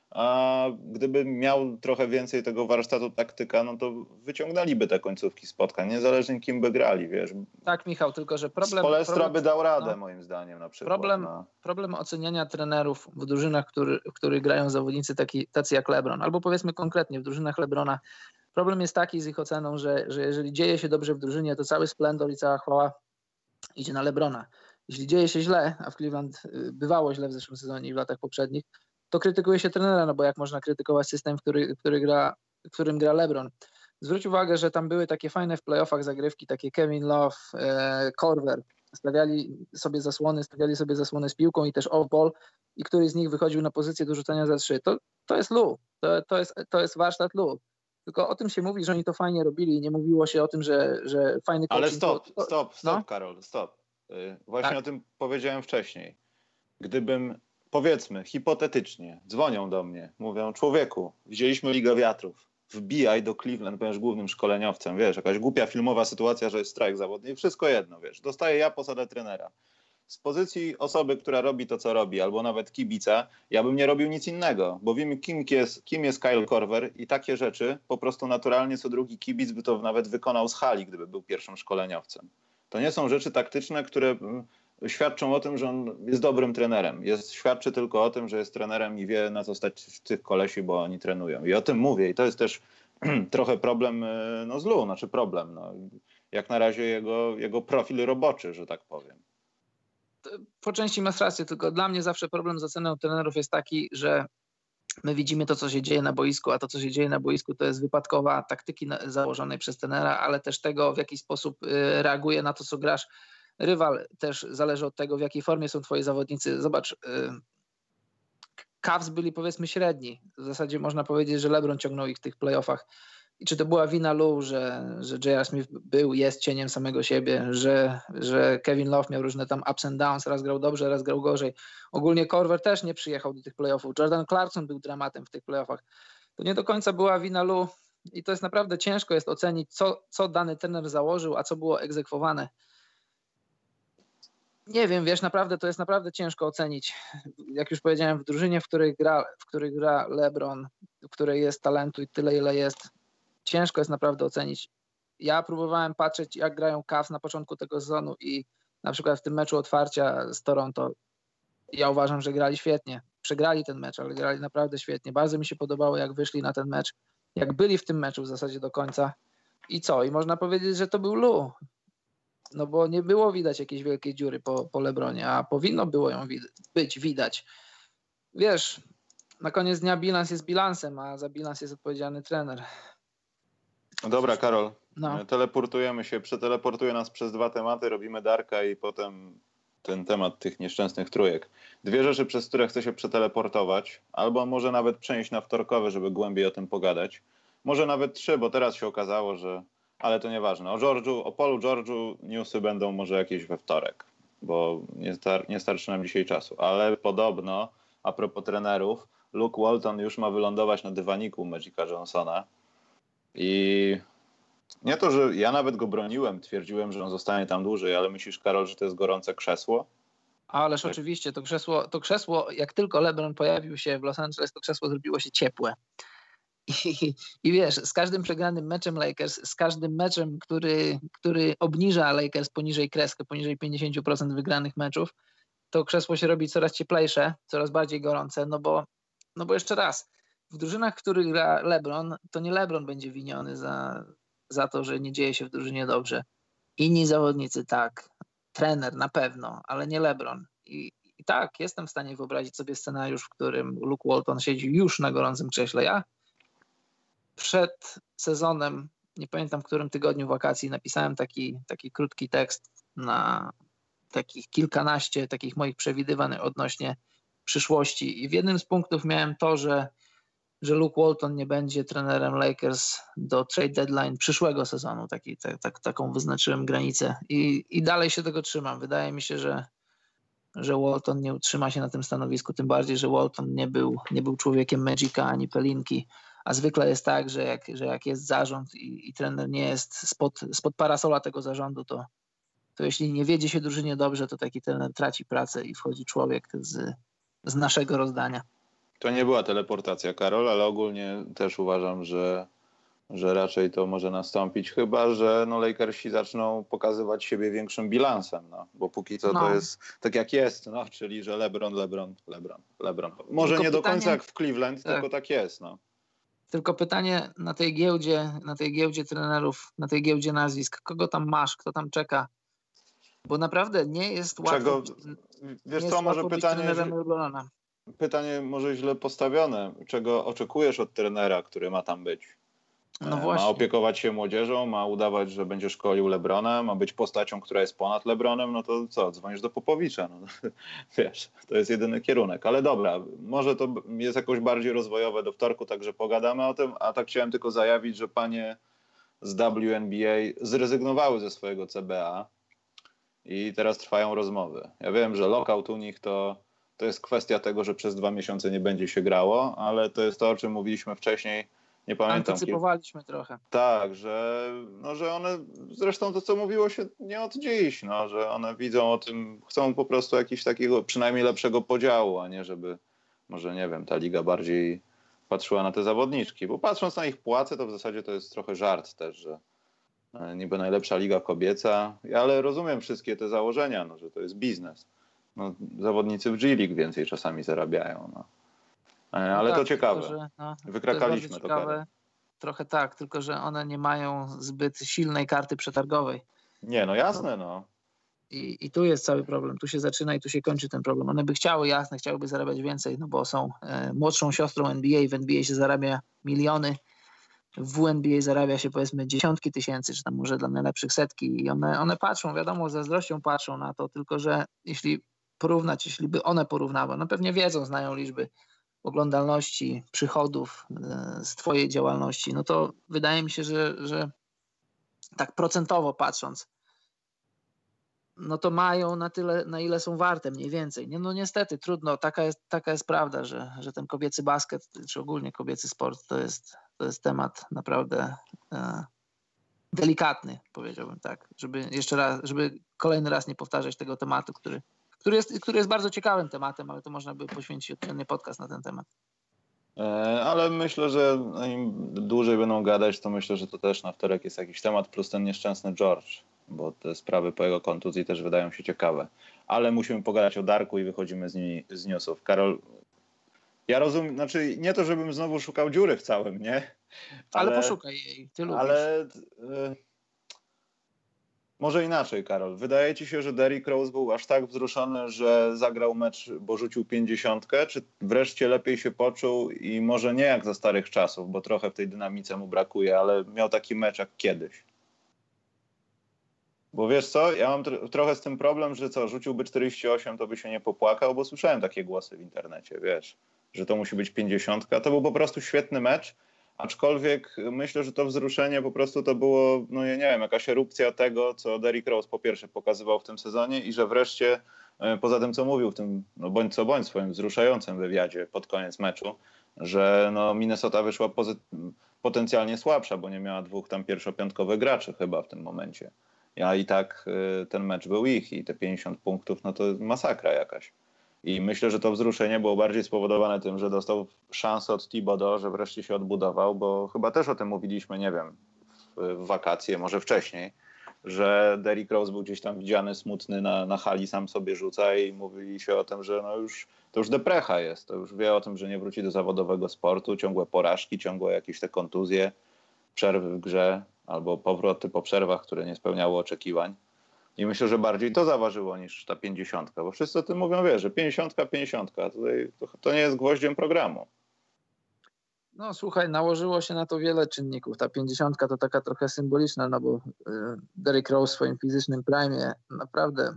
Speaker 1: A gdyby miał trochę więcej tego warsztatu taktyka, no to wyciągnęliby te końcówki spotkań, niezależnie kim by grali, wiesz.
Speaker 2: Tak, Michał, tylko że problem...
Speaker 1: Spoelstra
Speaker 2: problem,
Speaker 1: by dał radę,
Speaker 2: no,
Speaker 1: moim zdaniem, na przykład.
Speaker 2: Problem,
Speaker 1: no.
Speaker 2: problem oceniania trenerów w drużynach, który, w których grają zawodnicy taki, tacy jak LeBron, albo powiedzmy konkretnie w drużynach LeBrona, problem jest taki z ich oceną, że, że jeżeli dzieje się dobrze w drużynie, to cały splendor i cała chwała idzie na LeBrona. Jeśli dzieje się źle, a w Cleveland bywało źle w zeszłym sezonie i w latach poprzednich, to krytykuje się trenera, no bo jak można krytykować system, który, który gra, w którym gra LeBron. Zwróć uwagę, że tam były takie fajne w playoffach zagrywki, takie Kevin Love, e, Korver, stawiali sobie zasłony, stawiali sobie zasłony z piłką i też off-ball i któryś z nich wychodził na pozycję do rzucania za trzy. To, to jest Lu, to, to, jest, to jest warsztat Lu. Tylko o tym się mówi, że oni to fajnie robili i nie mówiło się o tym, że, że fajny coaching...
Speaker 1: Ale stop,
Speaker 2: to,
Speaker 1: stop, stop,
Speaker 2: no?
Speaker 1: Karol, stop. Yy, właśnie
Speaker 2: Tak.
Speaker 1: o tym powiedziałem wcześniej. Gdybym, powiedzmy, hipotetycznie, dzwonią do mnie, mówią, człowieku, wzięliśmy Ligę Wiatrów, wbijaj do Cleveland, będziesz głównym szkoleniowcem, wiesz, jakaś głupia filmowa sytuacja, że jest strajk zawodny, wszystko jedno, wiesz, dostaję ja posadę trenera. Z pozycji osoby, która robi to, co robi, albo nawet kibica, ja bym nie robił nic innego, bo wiemy, kim jest, kim jest Kyle Korver i takie rzeczy po prostu naturalnie co drugi kibic by to nawet wykonał z hali, gdyby był pierwszym szkoleniowcem. To nie są rzeczy taktyczne, które świadczą o tym, że on jest dobrym trenerem. Jest, świadczy tylko o tym, że jest trenerem i wie, na co stać tych kolesi, bo oni trenują. I o tym mówię. I to jest też trochę problem no, z Lu, znaczy problem. No. Jak na razie jego, jego profil roboczy, że tak powiem.
Speaker 2: Po części masz rację, tylko dla mnie zawsze problem z oceną trenerów jest taki, że my widzimy to, co się dzieje na boisku, a to, co się dzieje na boisku, to jest wypadkowa taktyki założonej przez trenera, ale też tego, w jaki sposób reaguje na to, co grasz rywal. Też zależy od tego, w jakiej formie są twoi zawodnicy. Zobacz, Cavs byli powiedzmy średni. W zasadzie można powiedzieć, że LeBron ciągnął ich w tych playoffach. I czy to była wina Lu, że, że J R. Smith był, jest cieniem samego siebie, że, że Kevin Love miał różne tam ups and downs, raz grał dobrze, raz grał gorzej. Ogólnie Korver też nie przyjechał do tych playoffów. Jordan Clarkson był dramatem w tych playoffach. To nie do końca była wina Lu i to jest naprawdę ciężko jest ocenić, co, co dany trener założył, a co było egzekwowane. Nie wiem, wiesz, naprawdę to jest naprawdę ciężko ocenić. Jak już powiedziałem, w drużynie, w której gra, w której gra LeBron, w której jest talentu i tyle, ile jest, ciężko jest naprawdę ocenić. Ja próbowałem patrzeć, jak grają Cavs na początku tego sezonu i na przykład w tym meczu otwarcia z Toronto ja uważam, że grali świetnie. Przegrali ten mecz, ale grali naprawdę świetnie. Bardzo mi się podobało, jak wyszli na ten mecz, jak byli w tym meczu w zasadzie do końca. I co? I można powiedzieć, że to był Lu. No bo nie było widać jakiejś wielkiej dziury po, po LeBronie, a powinno było ją wid- być widać. Wiesz, na koniec dnia bilans jest bilansem, a za bilans jest odpowiedzialny trener.
Speaker 1: Dobra, Karol,
Speaker 2: no.
Speaker 1: teleportujemy się, przeteleportuje nas przez dwa tematy, robimy Darka i potem ten temat tych nieszczęsnych trójek. Dwie rzeczy, przez które chcę się przeteleportować, albo może nawet przenieść na wtorkowe, żeby głębiej o tym pogadać. Może nawet trzy, bo teraz się okazało, że... Ale to nieważne. O George'u, o Paulu George'u newsy będą może jakieś we wtorek, bo nie, star- nie starczy nam dzisiaj czasu. Ale podobno, a propos trenerów, Luke Walton już ma wylądować na dywaniku Magica Johnsona. I nie to, że ja nawet go broniłem, twierdziłem, że on zostanie tam dłużej, ale myślisz, Karol, że to jest gorące krzesło?
Speaker 2: Ależ
Speaker 1: tak.
Speaker 2: Oczywiście, to krzesło, to krzesło, jak tylko LeBron pojawił się w Los Angeles, to krzesło zrobiło się ciepłe. I, I wiesz, z każdym przegranym meczem Lakers, z każdym meczem, który, który obniża Lakers poniżej kreskę, poniżej pięćdziesiąt procent wygranych meczów, to krzesło się robi coraz cieplejsze, coraz bardziej gorące, no bo, no bo jeszcze raz, w drużynach, w których gra LeBron, to nie LeBron będzie winiony za, za to, że nie dzieje się w drużynie dobrze. Inni zawodnicy tak, trener na pewno, ale nie LeBron. I, i tak, jestem w stanie wyobrazić sobie scenariusz, w którym Luke Walton siedzi już na gorącym krześle. Ja przed sezonem, nie pamiętam w którym tygodniu wakacji, napisałem taki, taki krótki tekst na takich kilkanaście takich moich przewidywań odnośnie przyszłości. I w jednym z punktów miałem to, że, że Luke Walton nie będzie trenerem Lakers do trade deadline przyszłego sezonu. Taki, tak, tak, taką wyznaczyłem granicę. I, I dalej się tego trzymam. Wydaje mi się, że, że Walton nie utrzyma się na tym stanowisku. Tym bardziej, że Walton nie był, nie był człowiekiem Magica ani Pelinki. A zwykle jest tak, że jak, że jak jest zarząd i, i trener nie jest spod, spod parasola tego zarządu, to, to jeśli nie wiedzie się drużynie dobrze, to taki trener traci pracę i wchodzi człowiek z, z naszego rozdania.
Speaker 1: To nie była teleportacja, Karol, ale ogólnie też uważam, że, że raczej to może nastąpić, chyba że no, Lakersi zaczną pokazywać siebie większym bilansem, no, bo póki co no. to jest tak jak jest, no, czyli że LeBron, LeBron, LeBron, LeBron. Może tylko nie pytanie, do końca jak w Cleveland, tak. tylko tak jest, no.
Speaker 2: Tylko pytanie na tej giełdzie, na tej giełdzie trenerów, na tej giełdzie nazwisk, kogo tam masz, kto tam czeka? Bo naprawdę nie jest łatwo.
Speaker 1: Czego, wiesz co, może pytanie,
Speaker 2: trenerem LeBrona.
Speaker 1: pytanie może źle postawione. Czego oczekujesz od trenera, który ma tam być?
Speaker 2: No
Speaker 1: Ma
Speaker 2: właśnie.
Speaker 1: opiekować się młodzieżą, ma udawać, że będzie szkolił Lebrona, ma być postacią, która jest ponad Lebronem, no to co, dzwonisz do Popowicza. No, wiesz, to jest jedyny kierunek. Ale dobra, może to jest jakoś bardziej rozwojowe do wtorku, także pogadamy o tym. A tak chciałem tylko zajawić, że panie z W N B A zrezygnowały ze swojego C B A i teraz trwają rozmowy. Ja wiem, że lockout u nich to, to jest kwestia tego, że przez dwa miesiące nie będzie się grało, ale to jest to, o czym mówiliśmy wcześniej. Nie pamiętam.
Speaker 2: Antycypowaliśmy trochę.
Speaker 1: Tak, że, no, że one, zresztą to, co mówiło się nie od dziś, no, że one widzą o tym, chcą po prostu jakiegoś takiego przynajmniej lepszego podziału, a nie żeby, może nie wiem, ta liga bardziej patrzyła na te zawodniczki, bo patrząc na ich płace, to w zasadzie to jest trochę żart też, że niby najlepsza liga kobieca, ale rozumiem wszystkie te założenia, no, że to jest biznes. No, zawodnicy w G League więcej czasami zarabiają, no. Ale
Speaker 2: no tak,
Speaker 1: to ciekawe.
Speaker 2: tylko, że, no,
Speaker 1: Wykrakaliśmy
Speaker 2: to,
Speaker 1: to
Speaker 2: ciekawe. Trochę tak, tylko że one nie mają zbyt silnej karty przetargowej.
Speaker 1: Nie, no jasne, no.
Speaker 2: I, I tu jest cały problem. Tu się zaczyna i tu się kończy ten problem. One by chciały, jasne, chciałyby zarabiać więcej, no bo są e, młodszą siostrą N B A. W N B A się zarabia miliony. W W N B A zarabia się powiedzmy dziesiątki tysięcy, czy tam może dla najlepszych setki. I one, one patrzą, wiadomo, z zazdrością patrzą na to, tylko że jeśli porównać, jeśli by one porównały, no pewnie wiedzą, znają liczby oglądalności, przychodów e, z twojej działalności, no to wydaje mi się, że, że tak procentowo patrząc, no to mają na tyle, na ile są warte, mniej więcej. Nie, no niestety, trudno, taka jest, taka jest prawda, że, że ten kobiecy basket, czy ogólnie kobiecy sport, to jest, to jest temat naprawdę e, delikatny, powiedziałbym tak, żeby jeszcze raz, żeby kolejny raz nie powtarzać tego tematu, który, który, jest, który jest bardzo ciekawym tematem, ale to można by poświęcić oddzielny podcast na ten temat.
Speaker 1: Ale myślę, że im dłużej będą gadać, to myślę, że to też na wtorek jest jakiś temat, plus ten nieszczęsny George, bo te sprawy po jego kontuzji też wydają się ciekawe. Ale musimy pogadać o Darku i wychodzimy z, ni- z newsów. Karol, ja rozumiem, znaczy nie to, żebym znowu szukał dziury w całym, nie?
Speaker 2: Ale, ale poszukaj jej, ty lubisz.
Speaker 1: Ale... Y- Może inaczej, Karol. Wydaje ci się, że Derrick Rose był aż tak wzruszony, że zagrał mecz, bo rzucił pięćdziesiątkę, czy wreszcie lepiej się poczuł i może nie jak za starych czasów, bo trochę w tej dynamice mu brakuje, ale miał taki mecz jak kiedyś? Bo wiesz co, ja mam tr- trochę z tym problem, że co, rzuciłby czterdzieści osiem, to by się nie popłakał, bo słyszałem takie głosy w internecie, wiesz, że to musi być pięćdziesiątka. To był po prostu świetny mecz. Aczkolwiek myślę, że to wzruszenie po prostu to było, no ja nie wiem, jakaś erupcja tego, co Derrick Rose po pierwsze pokazywał w tym sezonie i że wreszcie, poza tym co mówił w tym, no bądź co bądź, swoim wzruszającym wywiadzie pod koniec meczu, że no Minnesota wyszła pozy- potencjalnie słabsza, bo nie miała dwóch tam pierwszopiątkowych graczy chyba w tym momencie. A i tak ten mecz był ich i te pięćdziesiąt punktów, no to masakra jakaś. I myślę, że to wzruszenie było bardziej spowodowane tym, że dostał szansę od Thibodeau, że wreszcie się odbudował, bo chyba też o tym mówiliśmy, nie wiem, w, w wakacje, może wcześniej, że Derrick Rose był gdzieś tam widziany smutny na, na hali, sam sobie rzuca i mówili się o tym, że no już, to już deprecha jest, to już wie o tym, że nie wróci do zawodowego sportu, ciągłe porażki, ciągłe jakieś te kontuzje, przerwy w grze albo powroty po przerwach, które nie spełniały oczekiwań. I myślę, że bardziej to zaważyło niż ta pięćdziesiątka, bo wszyscy o tym mówią, wiesz, że pięćdziesiątka, pięćdziesiątka, tutaj to, to nie jest gwoździem programu.
Speaker 2: No słuchaj, nałożyło się na to wiele czynników. Ta pięćdziesiątka to taka trochę symboliczna, no bo Derrick Rose w swoim fizycznym prime naprawdę,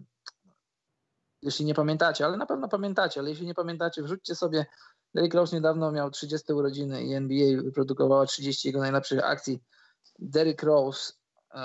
Speaker 2: jeśli nie pamiętacie, ale na pewno pamiętacie, ale jeśli nie pamiętacie, wrzućcie sobie, Derrick Rose niedawno miał trzydzieste urodziny i N B A wyprodukowała trzydzieści jego najlepszych akcji. Derrick Rose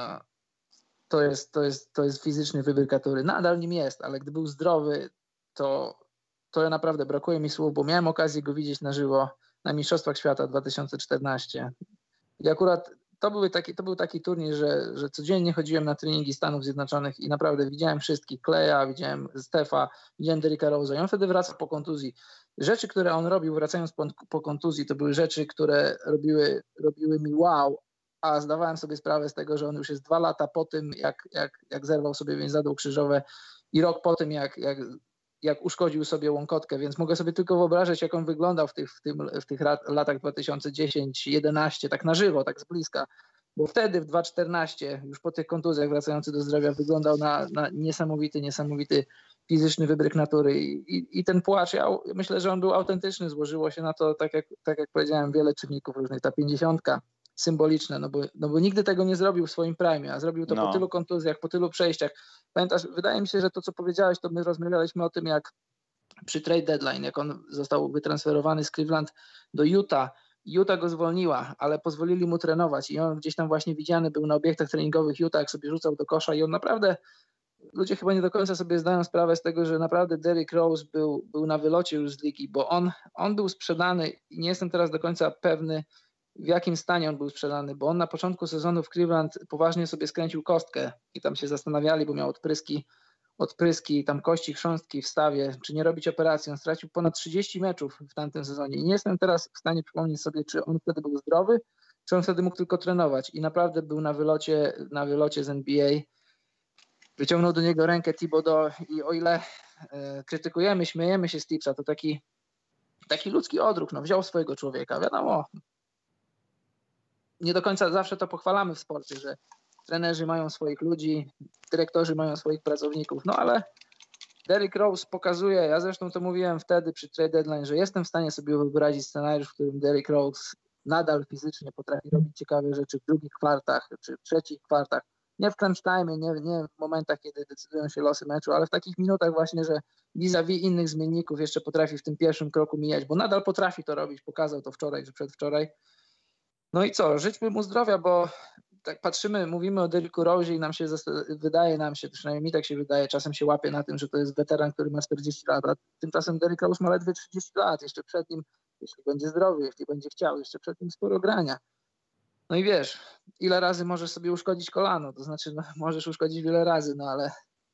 Speaker 2: to jest, to jest, to jest fizyczny wybór katury. Nadal nim jest, ale gdy był zdrowy, to, to ja naprawdę brakuje mi słów, bo miałem okazję go widzieć na żywo na Mistrzostwach Świata dwa tysiące czternastym. I akurat to, były taki, to był taki turniej, że, że codziennie chodziłem na treningi Stanów Zjednoczonych i naprawdę widziałem wszystkich. Kleja, widziałem Stefa, widziałem Derricka Rose'a i on wtedy wracał po kontuzji. Rzeczy, które on robił wracając po, po kontuzji, to były rzeczy, które robiły, robiły mi wow, a zdawałem sobie sprawę z tego, że on już jest dwa lata po tym, jak, jak, jak zerwał sobie więzadło krzyżowe i rok po tym, jak, jak, jak uszkodził sobie łąkotkę, więc mogę sobie tylko wyobrażać, jak on wyglądał w tych, w tym, w tych latach dwa tysiące dziesiąty jedenaście, tak na żywo, tak z bliska, bo wtedy w dwa tysiące czternastym, już po tych kontuzjach wracający do zdrowia, wyglądał na, na niesamowity, niesamowity fizyczny wybryk natury i, i, i ten płacz, ja myślę, że on był autentyczny, złożyło się na to, tak jak, tak jak powiedziałem, wiele czynników różnych, ta pięćdziesiątka symboliczne, no bo, no bo nigdy tego nie zrobił w swoim prime, a zrobił to no. po tylu kontuzjach, po tylu przejściach. Pamiętasz, wydaje mi się, że to, co powiedziałeś, to my rozmawialiśmy o tym, jak przy trade deadline, jak on został wytransferowany z Cleveland do Utah, Utah go zwolniła, ale pozwolili mu trenować i on gdzieś tam właśnie widziany był na obiektach treningowych Utah, jak sobie rzucał do kosza i on naprawdę, ludzie chyba nie do końca sobie zdają sprawę z tego, że naprawdę Derrick Rose był, był na wylocie już z ligi, bo on, on był sprzedany i nie jestem teraz do końca pewny, w jakim stanie on był sprzedany, bo on na początku sezonu w Cleveland poważnie sobie skręcił kostkę i tam się zastanawiali, bo miał odpryski, odpryski tam kości, chrząstki w stawie, czy nie robić operacji. On stracił ponad trzydzieści meczów w tamtym sezonie i nie jestem teraz w stanie przypomnieć sobie, czy on wtedy był zdrowy, czy on wtedy mógł tylko trenować i naprawdę był na wylocie, na wylocie z N B A. Wyciągnął do niego rękę Thibodeau i o ile e, krytykujemy, śmiejemy się z Tipsa, to taki, taki ludzki odruch, no wziął swojego człowieka, wiadomo, nie do końca zawsze to pochwalamy w sporcie, że trenerzy mają swoich ludzi, dyrektorzy mają swoich pracowników, no ale Derrick Rose pokazuje, ja zresztą to mówiłem wtedy przy trade deadline, że jestem w stanie sobie wyobrazić scenariusz, w którym Derrick Rose nadal fizycznie potrafi robić ciekawe rzeczy w drugich kwartach, czy w trzecich kwartach, nie w crunch time, nie, nie w momentach, kiedy decydują się losy meczu, ale w takich minutach właśnie, że vis-a-vis innych zmienników jeszcze potrafi w tym pierwszym kroku mijać, bo nadal potrafi to robić, pokazał to wczoraj, czy przedwczoraj. No i co, życzmy mu zdrowia, bo tak patrzymy, mówimy o Derricku Rose i nam się wydaje, nam się, przynajmniej mi tak się wydaje, czasem się łapie na tym, że to jest weteran, który ma czterdzieści lat, a tymczasem Derrick Rose ma ledwie trzydzieści lat, jeszcze przed nim, jeśli będzie zdrowy, jeśli będzie chciał, jeszcze przed nim sporo grania. No i wiesz, ile razy możesz sobie uszkodzić kolano, to znaczy no, możesz uszkodzić wiele razy, no ale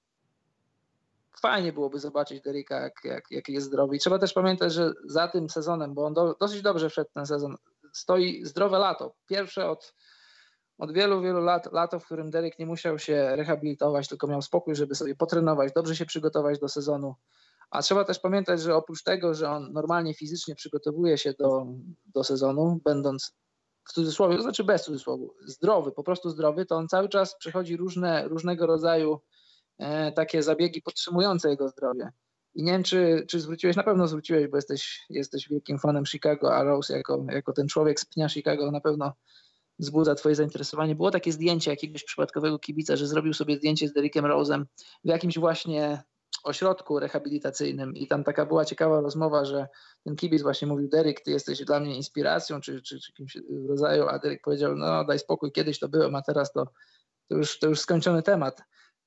Speaker 2: fajnie byłoby zobaczyć Derricka, jak, jak, jak jest zdrowy. I trzeba też pamiętać, że za tym sezonem, bo on do, dosyć dobrze wszedł ten sezon, stoi zdrowe lato. Pierwsze od, od wielu, wielu lat, lato, w którym Derrick nie musiał się rehabilitować, tylko miał spokój, żeby sobie potrenować, dobrze się przygotować do sezonu. A trzeba też pamiętać, że oprócz tego, że on normalnie fizycznie przygotowuje się do, do sezonu, będąc w cudzysłowie, to znaczy bez cudzysłowu, zdrowy, po prostu zdrowy, to on cały czas przechodzi różne, różnego rodzaju e, takie zabiegi podtrzymujące jego zdrowie. I nie wiem, czy, czy zwróciłeś, na pewno zwróciłeś, bo jesteś, jesteś wielkim fanem Chicago, a Rose jako, jako ten człowiek z pnia Chicago na pewno wzbudza twoje zainteresowanie. Było takie zdjęcie jakiegoś przypadkowego kibica, że zrobił sobie zdjęcie z Derrickiem Rose'em w jakimś właśnie ośrodku rehabilitacyjnym i tam taka była ciekawa rozmowa, że ten kibic właśnie mówił: Derrick, ty jesteś dla mnie inspiracją, czy, czy, czy kimś w rodzaju, a Derrick powiedział: no daj spokój, kiedyś to byłem, a teraz to, to, już, to już skończony temat.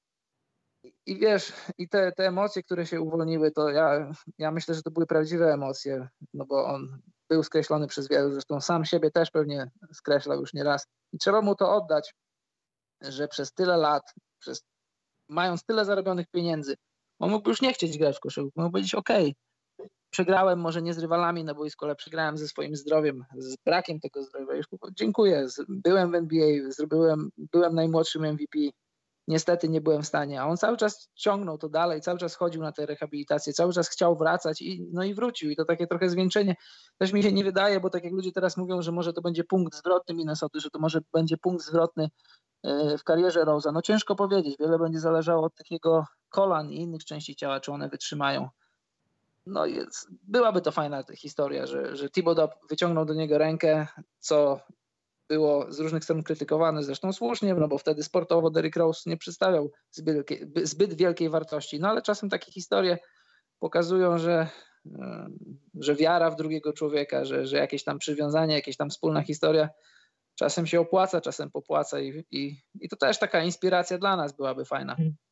Speaker 2: I wiesz, i te, te emocje, które się uwolniły, to ja, ja myślę, że to były prawdziwe emocje, no bo on był skreślony przez wielu, zresztą sam siebie też pewnie skreślał już nie raz. I trzeba mu to oddać, że przez tyle lat, przez, mając tyle zarobionych pieniędzy, on mógłby już nie chcieć grać w koszykówkę, mógł powiedzieć: okej, okay, przegrałem może nie z rywalami na boisku, ale przegrałem ze swoim zdrowiem, z brakiem tego zdrowia. Już dziękuję, byłem w N B A, zrobiłem, byłem najmłodszym M V P, niestety nie byłem w stanie, a on cały czas ciągnął to dalej, cały czas chodził na te rehabilitacje, cały czas chciał wracać i no i wrócił. I to takie trochę zwieńczenie też mi się nie wydaje, bo tak jak ludzie teraz mówią, że może to będzie punkt zwrotny Minnesoty, że to może będzie punkt zwrotny w karierze Rose'a. No ciężko powiedzieć, wiele będzie zależało od takiego kolan i innych części ciała, czy one wytrzymają. No jest, byłaby to fajna historia, że, że Thibodeau wyciągnął do niego rękę, co było z różnych stron krytykowane, zresztą słusznie, no bo wtedy sportowo Derrick Rose nie przedstawiał zbyt, zbyt wielkiej wartości. No ale czasem takie historie pokazują, że, że wiara w drugiego człowieka, że, że jakieś tam przywiązanie, jakieś tam wspólna historia czasem się opłaca, czasem popłaca i, i, i to też taka inspiracja dla nas byłaby fajna.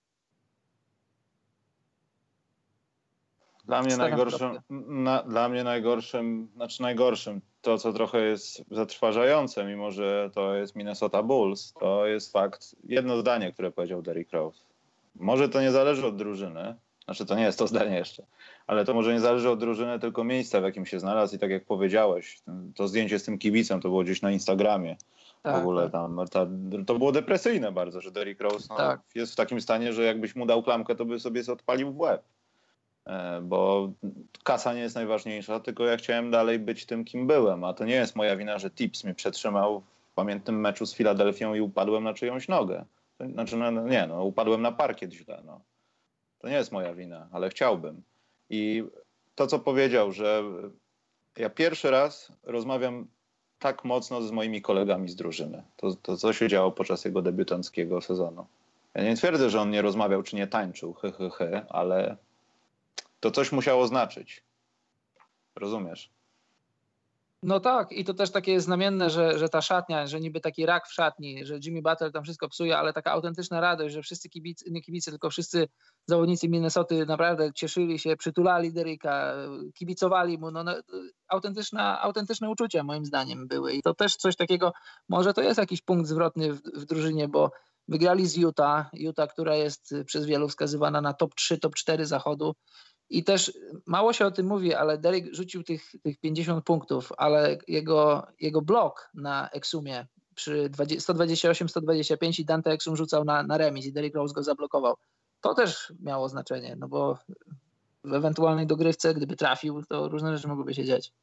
Speaker 1: Dla mnie najgorszym, na, dla mnie najgorszym, znaczy najgorszym, to co trochę jest zatrważające, mimo że to jest Minnesota Bulls, to jest fakt, jedno zdanie, które powiedział Derrick Rose. Może to nie zależy od drużyny, znaczy to nie jest to zdanie jeszcze, ale to może nie zależy od drużyny, tylko miejsca, w jakim się znalazł i tak jak powiedziałeś, to zdjęcie z tym kibicem to było gdzieś na Instagramie. Tak, w ogóle tak. tam ta, to było depresyjne bardzo, że Derrick Rose no, tak. jest w takim stanie, że jakbyś mu dał klamkę, to by sobie odpalił w łeb. Bo kasa nie jest najważniejsza, tylko ja chciałem dalej być tym, kim byłem, a to nie jest moja wina, że Tips mnie przetrzymał w pamiętnym meczu z Filadelfią i upadłem na czyjąś nogę. Znaczy, no, nie, no, upadłem na parkiet źle. No. To nie jest moja wina, ale chciałbym. I to, co powiedział, że ja pierwszy raz rozmawiam tak mocno z moimi kolegami z drużyny. To, to co się działo podczas jego debiutanckiego sezonu. Ja nie twierdzę, że on nie rozmawiał czy nie tańczył, he, he, he, ale to coś musiało znaczyć. Rozumiesz?
Speaker 2: No tak, i to też takie jest znamienne, że, że ta szatnia, że niby taki rak w szatni, że Jimmy Butler tam wszystko psuje, ale taka autentyczna radość, że wszyscy kibice, nie kibice, tylko wszyscy zawodnicy Minnesoty naprawdę cieszyli się, przytulali Derricka, kibicowali mu. No, no, autentyczna, autentyczne uczucia moim zdaniem były i to też coś takiego, może to jest jakiś punkt zwrotny w, w drużynie, bo wygrali z Utah, Utah, która jest przez wielu wskazywana na top trzy, top cztery zachodu. I też mało się o tym mówi, ale Derrick rzucił tych, tych pięćdziesiąt punktów, ale jego, jego blok na Exumie przy sto dwadzieścia osiem sto dwadzieścia pięć i Dante Exum rzucał na, na remis i Derrick Rose go zablokował. To też miało znaczenie, no bo w ewentualnej dogrywce, gdyby trafił, to różne rzeczy mogłyby się dziać.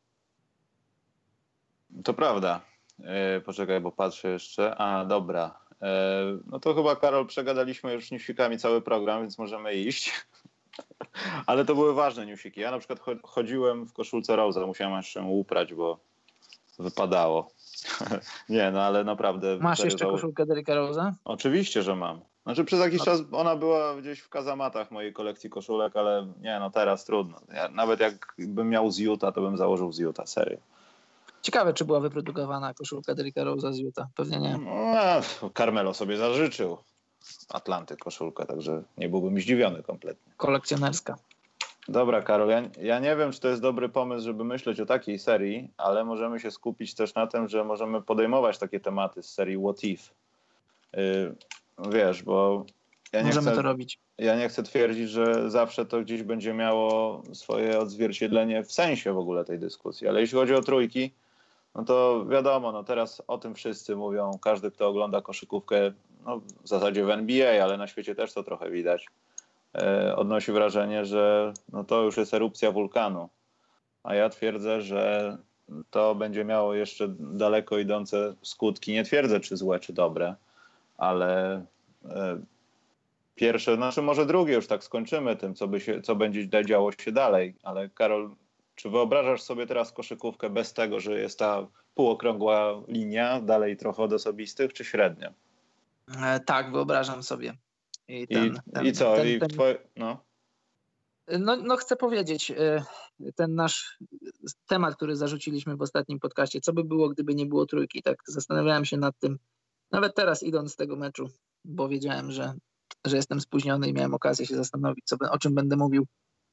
Speaker 1: To prawda. Yy, poczekaj, bo patrzę jeszcze. A, dobra. Yy, no to chyba, Karol, przegadaliśmy już newsikami cały program, więc możemy iść. Ale to były ważne newsiki. Ja na przykład chodziłem w koszulce Rose'a, musiałem jeszcze mu uprać, bo wypadało. Nie, no ale naprawdę...
Speaker 2: Masz jeszcze koszulkę Derricka Rose'a?
Speaker 1: Oczywiście, że mam. Znaczy przez jakiś
Speaker 2: no.
Speaker 1: czas ona była gdzieś w kazamatach mojej kolekcji koszulek, ale nie, no teraz trudno. Ja, nawet jakbym miał z Utah, to bym założył z Utah, serio.
Speaker 2: Ciekawe, czy była wyprodukowana koszulka Derricka Rose'a z Utah. Pewnie nie.
Speaker 1: No, Carmelo sobie zażyczył Atlanty koszulkę, także nie byłbym zdziwiony kompletnie.
Speaker 2: Kolekcjonerska.
Speaker 1: Dobra, Karol, ja, ja nie wiem, czy to jest dobry pomysł, żeby myśleć o takiej serii, ale możemy się skupić też na tym, że możemy podejmować takie tematy z serii What If. Yy, wiesz, bo ja nie
Speaker 2: możemy
Speaker 1: chcę,
Speaker 2: to robić.
Speaker 1: Ja nie chcę twierdzić, że zawsze to gdzieś będzie miało swoje odzwierciedlenie w sensie w ogóle tej dyskusji, ale jeśli chodzi o trójki, no to wiadomo, no teraz o tym wszyscy mówią, każdy, kto ogląda koszykówkę, no w zasadzie w N B A, ale na świecie też to trochę widać, e, odnosi wrażenie, że no to już jest erupcja wulkanu. A ja twierdzę, że to będzie miało jeszcze daleko idące skutki. Nie twierdzę, czy złe, czy dobre, ale e, pierwsze, znaczy może drugie już tak skończymy tym, co, by się, co będzie działo się dalej. Ale Karol, czy wyobrażasz sobie teraz koszykówkę bez tego, że jest ta półokrągła linia, dalej trochę od osobistych, czy średnio?
Speaker 2: E, tak, wyobrażam sobie. I, ten,
Speaker 1: I,
Speaker 2: ten,
Speaker 1: i co?
Speaker 2: ten,
Speaker 1: I
Speaker 2: ten,
Speaker 1: twoje, no.
Speaker 2: No, no chcę powiedzieć, ten nasz temat, który zarzuciliśmy w ostatnim podcaście, co by było, gdyby nie było trójki, tak zastanawiałem się nad tym, nawet teraz idąc z tego meczu, bo wiedziałem, że, że jestem spóźniony i miałem okazję się zastanowić, co, o czym będę mówił.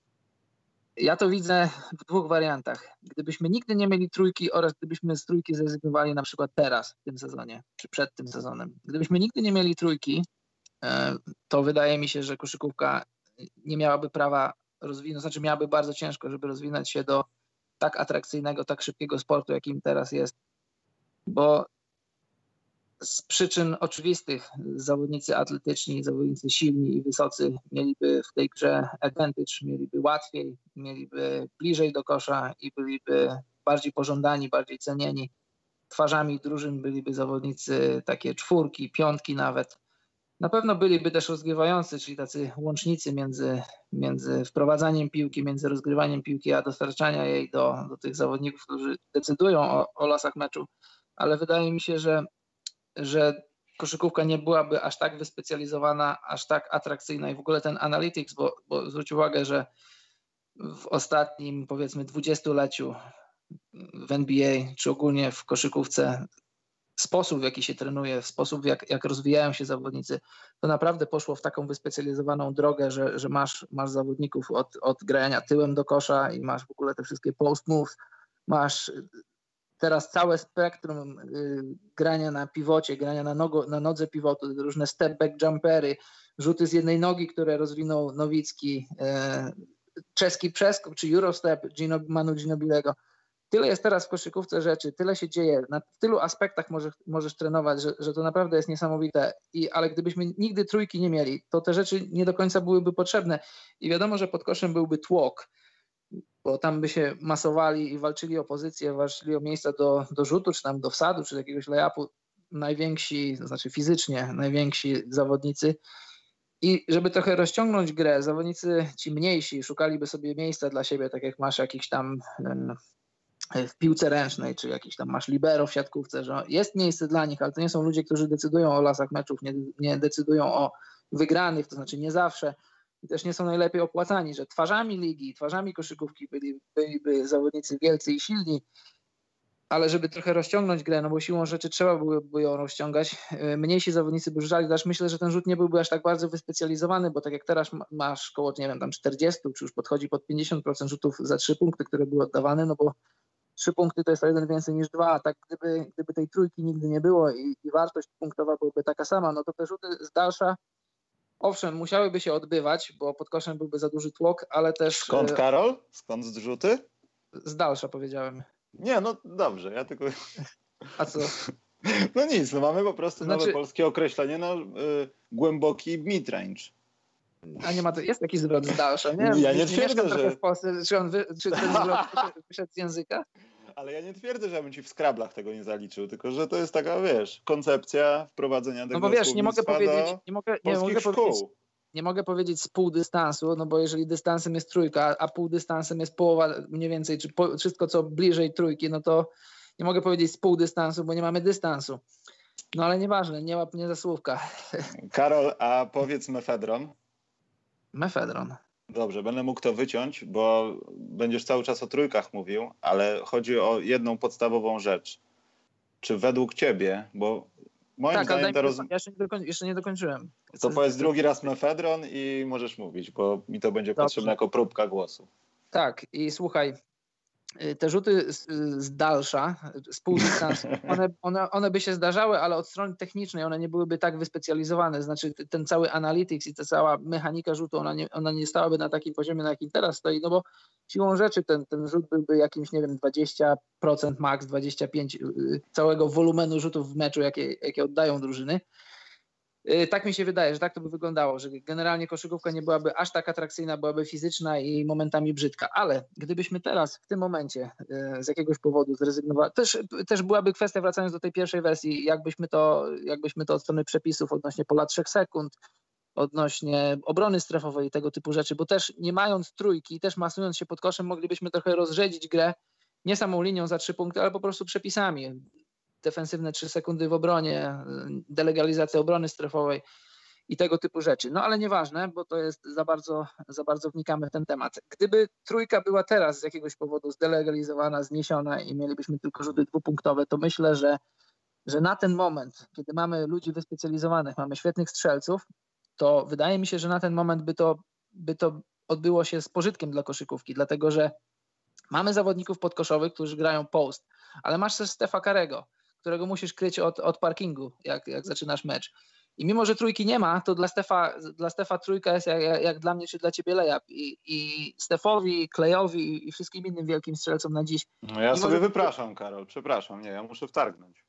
Speaker 2: Ja to widzę w dwóch wariantach. Gdybyśmy nigdy nie mieli trójki oraz gdybyśmy z trójki zrezygnowali na przykład teraz, w tym sezonie, czy przed tym sezonem. Gdybyśmy nigdy nie mieli trójki, to wydaje mi się, że koszykówka nie miałaby prawa rozwinąć, znaczy miałaby bardzo ciężko, żeby rozwinąć się do tak atrakcyjnego, tak szybkiego sportu, jakim teraz jest. Bo z przyczyn oczywistych zawodnicy atletyczni, zawodnicy silni i wysocy mieliby w tej grze advantage, mieliby łatwiej, mieliby bliżej do kosza i byliby bardziej pożądani, bardziej cenieni. Twarzami drużyn byliby zawodnicy takie czwórki, piątki nawet. Na pewno byliby też rozgrywający, czyli tacy łącznicy między, między wprowadzaniem piłki, między rozgrywaniem piłki, a dostarczania jej do, do tych zawodników, którzy decydują o, o losach meczu. Ale wydaje mi się, że, że koszykówka nie byłaby aż tak wyspecjalizowana, aż tak atrakcyjna i w ogóle ten analytics, bo, bo zwróć uwagę, że w ostatnim powiedzmy dwudziestoleciu w N B A, czy ogólnie w koszykówce, sposób, w jaki się trenuje, sposób, jak, jak rozwijają się zawodnicy, to naprawdę poszło w taką wyspecjalizowaną drogę, że, że masz, masz zawodników od, od grania tyłem do kosza i masz w ogóle te wszystkie post moves, masz teraz całe spektrum y, grania na pivocie, grania na, nogo, na nodze pivotu, różne step back jumpery, rzuty z jednej nogi, które rozwinął Nowicki, y, czeski przeskok, czy Eurostep Gino, Manu Ginobilego. Tyle jest teraz w koszykówce rzeczy, tyle się dzieje, na tylu aspektach możesz, możesz trenować, że, że to naprawdę jest niesamowite. I, ale gdybyśmy nigdy trójki nie mieli, to te rzeczy nie do końca byłyby potrzebne. I wiadomo, że pod koszem byłby tłok, bo tam by się masowali i walczyli o pozycję, walczyli o miejsca do, do rzutu, czy tam do wsadu, czy do jakiegoś lay-upu najwięksi, to znaczy fizycznie najwięksi zawodnicy. I żeby trochę rozciągnąć grę, zawodnicy ci mniejsi szukaliby sobie miejsca dla siebie, tak jak masz jakiś tam w piłce ręcznej, czy jakiś tam masz libero w siatkówce, że jest miejsce dla nich, ale to nie są ludzie, którzy decydują o losach meczów, nie, nie decydują o wygranych, to znaczy nie zawsze i też nie są najlepiej opłacani, że twarzami ligi, twarzami koszykówki byli, byliby zawodnicy wielcy i silni, ale żeby trochę rozciągnąć grę, no bo siłą rzeczy trzeba byłoby ją rozciągać, mniejsi zawodnicy by rzucali, też myślę, że ten rzut nie byłby aż tak bardzo wyspecjalizowany, bo tak jak teraz masz koło, nie wiem, tam czterdzieści, czy już podchodzi pod pięćdziesiąt procent rzutów za trzy punkty, które były oddawane, no bo trzy punkty to jest o jeden więcej niż dwa, a tak gdyby, gdyby tej trójki nigdy nie było i, i wartość punktowa byłaby taka sama, no to te rzuty z dalsza, owszem, musiałyby się odbywać, bo pod koszem byłby za duży tłok, ale też...
Speaker 1: Skąd, Karol? Skąd zrzuty?
Speaker 2: Z dalsza powiedziałem.
Speaker 1: Nie, no dobrze, ja tylko...
Speaker 2: A co?
Speaker 1: No nic, no mamy po prostu
Speaker 2: znaczy...
Speaker 1: nowe polskie określenie na y, głęboki midrange.
Speaker 2: A nie ma, to jest taki zwrot z dalsza, nie?
Speaker 1: Ja nie,
Speaker 2: nie
Speaker 1: twierdzę, że...
Speaker 2: w Polsce, czy, on wy, czy ten zwrot wyszedł z języka?
Speaker 1: Ale ja nie twierdzę, że ja bym ci w Scrablach tego nie zaliczył, tylko że to jest taka, wiesz, koncepcja wprowadzenia tego
Speaker 2: no bo wiesz, nie mogę powiedzieć, nie mogę, nie mogę
Speaker 1: szkół.
Speaker 2: powiedzieć, nie mogę powiedzieć z pół dystansu, no bo jeżeli dystansem jest trójka, a pół dystansem jest połowa mniej więcej, czy po, wszystko co bliżej trójki, no to nie mogę powiedzieć z pół dystansu, bo nie mamy dystansu. No ale nieważne, nie łap mnie za słówka.
Speaker 1: Karol, a powiedz mefedron.
Speaker 2: Mefedron.
Speaker 1: Dobrze, będę mógł to wyciąć, bo będziesz cały czas o trójkach mówił, ale chodzi o jedną podstawową rzecz. Czy według ciebie, bo moim
Speaker 2: tak,
Speaker 1: zdaniem...
Speaker 2: ale
Speaker 1: to roz...
Speaker 2: ja jeszcze nie, dokoń... jeszcze nie dokończyłem.
Speaker 1: To powiedz drugi raz mefedron i możesz mówić, bo mi to będzie Dobrze. potrzebne jako próbka głosu.
Speaker 2: Tak, i słuchaj, te rzuty z, z dalsza, z pół dystansu, one, one, one by się zdarzały, ale od strony technicznej one nie byłyby tak wyspecjalizowane. Znaczy ten cały analytics i ta cała mechanika rzutu, ona nie, ona nie stałaby na takim poziomie, na jakim teraz stoi, no bo siłą rzeczy ten, ten rzut byłby jakimś, nie wiem, dwadzieścia procent max, dwadzieścia pięć procent całego wolumenu rzutów w meczu, jakie, jakie oddają drużyny. Tak mi się wydaje, że tak to by wyglądało, że generalnie koszykówka nie byłaby aż tak atrakcyjna, byłaby fizyczna i momentami brzydka, ale gdybyśmy teraz w tym momencie z jakiegoś powodu zrezygnowali, też, też byłaby kwestia, wracając do tej pierwszej wersji, jakbyśmy to, jakbyśmy to od strony przepisów odnośnie pola trzech sekund, odnośnie obrony strefowej i tego typu rzeczy, bo też nie mając trójki, też masując się pod koszem, moglibyśmy trochę rozrzedzić grę nie samą linią za trzy punkty, ale po prostu przepisami. Defensywne trzy sekundy w obronie, delegalizacja obrony strefowej i tego typu rzeczy. No ale nieważne, bo to jest za bardzo, za bardzo wnikamy w ten temat. Gdyby trójka była teraz z jakiegoś powodu zdelegalizowana, zniesiona i mielibyśmy tylko rzuty dwupunktowe, to myślę, że, że na ten moment, kiedy mamy ludzi wyspecjalizowanych, mamy świetnych strzelców, to wydaje mi się, że na ten moment by to, by to odbyło się z pożytkiem dla koszykówki, dlatego że mamy zawodników podkoszowych, którzy grają post, ale masz też Stefa Curry'ego, którego musisz kryć od, od parkingu, jak, jak zaczynasz mecz. I mimo, że trójki nie ma, to dla Stefa, dla Stefa trójka jest jak, jak, jak dla mnie, czy dla ciebie layup. I, i Stefowi, Klejowi i wszystkim innym wielkim strzelcom na dziś.
Speaker 1: No ja sobie że... wypraszam, Karol, przepraszam, nie, ja muszę wtargnąć.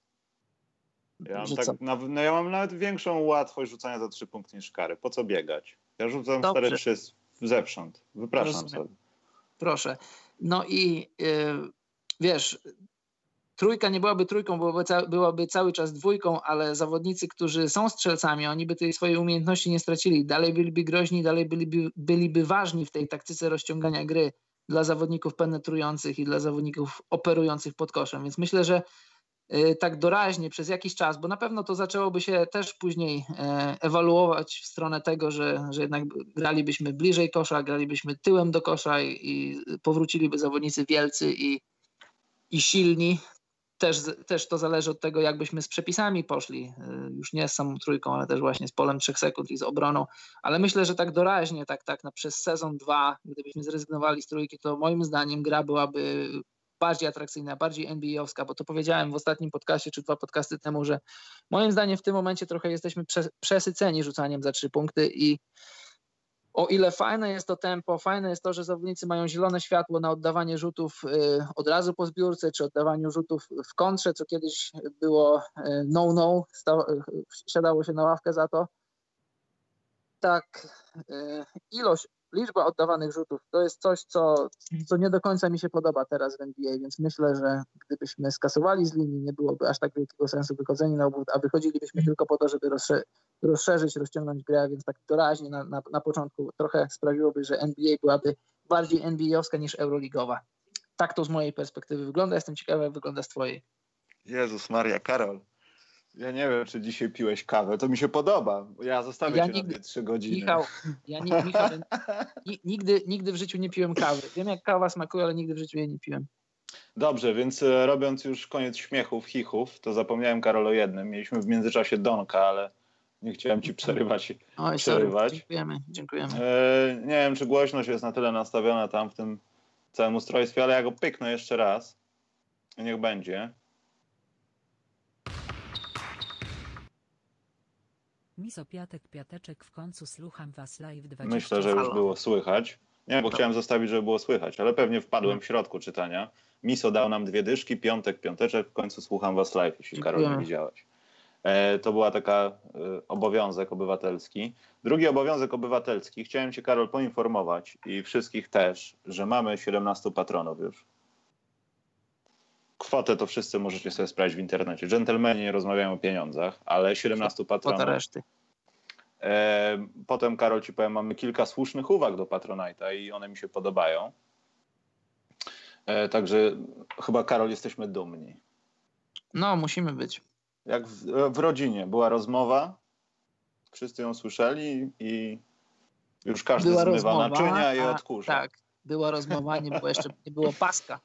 Speaker 1: Ja mam, tak, no ja mam nawet większą łatwość rzucania za trzy punkty niż Kary. Po co biegać? Ja rzucam Dobrze. cztery trzy zewsząd. Wypraszam Rozumiem. sobie.
Speaker 2: Proszę. No i yy, wiesz... Trójka nie byłaby trójką, byłaby, ca- byłaby cały czas dwójką, ale zawodnicy, którzy są strzelcami, oni by tej swojej umiejętności nie stracili. Dalej byliby groźni, dalej byliby, byliby ważni w tej taktyce rozciągania gry dla zawodników penetrujących i dla zawodników operujących pod koszem. Więc myślę, że y, tak doraźnie przez jakiś czas, bo na pewno to zaczęłoby się też później e, ewaluować w stronę tego, że, że jednak gralibyśmy bliżej kosza, gralibyśmy tyłem do kosza i, i powróciliby zawodnicy wielcy i, i silni. Też, też to zależy od tego, jakbyśmy z przepisami poszli, już nie z samą trójką, ale też właśnie z polem trzech sekund i z obroną, ale myślę, że tak doraźnie, tak, tak na przez sezon dwa, gdybyśmy zrezygnowali z trójki, to moim zdaniem gra byłaby bardziej atrakcyjna, bardziej N B A-owska, bo to powiedziałem w ostatnim podcaście, czy dwa podcasty temu, że moim zdaniem w tym momencie trochę jesteśmy przesyceni rzucaniem za trzy punkty i o ile fajne jest to tempo, fajne jest to, że zawodnicy mają zielone światło na oddawanie rzutów od razu po zbiórce, czy oddawaniu rzutów w kontrze, co kiedyś było no-no, siadało się na ławkę za to. Tak, ilość liczba oddawanych rzutów to jest coś, co, co nie do końca mi się podoba teraz w N B A, więc myślę, że gdybyśmy skasowali z linii, nie byłoby aż tak wielkiego sensu wychodzenia na obwód, a wychodzilibyśmy tylko po to, żeby rozszerzyć, rozszerzyć rozciągnąć grę, więc tak doraźnie na, na, na początku trochę sprawiłoby, że N B A byłaby bardziej N B A-owska niż euroligowa. Tak to z mojej perspektywy wygląda. Jestem ciekawy, jak wygląda z twojej.
Speaker 1: Jezus Maria, Karol. Ja nie wiem, czy dzisiaj piłeś kawę. To mi się podoba. Ja zostawię
Speaker 2: ja
Speaker 1: cię
Speaker 2: nigdy,
Speaker 1: na te trzy godziny.
Speaker 2: Michał, ja ni, Michał, nigdy, nigdy w życiu nie piłem kawy. Wiem, jak kawa smakuje, ale nigdy w życiu jej nie piłem.
Speaker 1: Dobrze, więc robiąc już koniec śmiechów, chichów, to zapomniałem, Karol, o jednym. Mieliśmy w międzyczasie Donka, ale nie chciałem ci przerywać.
Speaker 2: Oj,
Speaker 1: przerywać.
Speaker 2: Sorry. Dziękujemy, dziękujemy.
Speaker 1: E, nie wiem, czy głośność jest na tyle nastawiona tam w tym całym ustrojstwie, ale ja go pyknę jeszcze raz. Niech będzie.
Speaker 3: Miso Piatek Piateczek, w końcu słucham was live dwadzieścia.
Speaker 1: Myślę, że już było słychać. Nie, bo chciałem zostawić, żeby było słychać, ale pewnie wpadłem w środku czytania. Miso dał nam dwie dyszki, piątek, piąteczek, w końcu słucham was live, jeśli Karol nie widziałeś. E, to była taka e, obowiązek obywatelski. Drugi obowiązek obywatelski. Chciałem cię, Karol, poinformować i wszystkich też, że mamy siedemnastu patronów już. Kwotę to wszyscy możecie sobie sprawdzić w internecie. Dżentelmeni nie rozmawiają o pieniądzach, ale siedemnastu patronów.
Speaker 2: reszty.
Speaker 1: E, potem, Karol, ci powiem, mamy kilka słusznych uwag do Patronite'a i one mi się podobają. E, także chyba, Karol, jesteśmy dumni.
Speaker 2: No, musimy być.
Speaker 1: Jak w, w rodzinie była rozmowa, wszyscy ją słyszeli i już każdy
Speaker 2: była
Speaker 1: zmywa
Speaker 2: rozmowa,
Speaker 1: naczynia i
Speaker 2: a,
Speaker 1: odkurza.
Speaker 2: Tak, była rozmowa, nie było jeszcze nie było paska.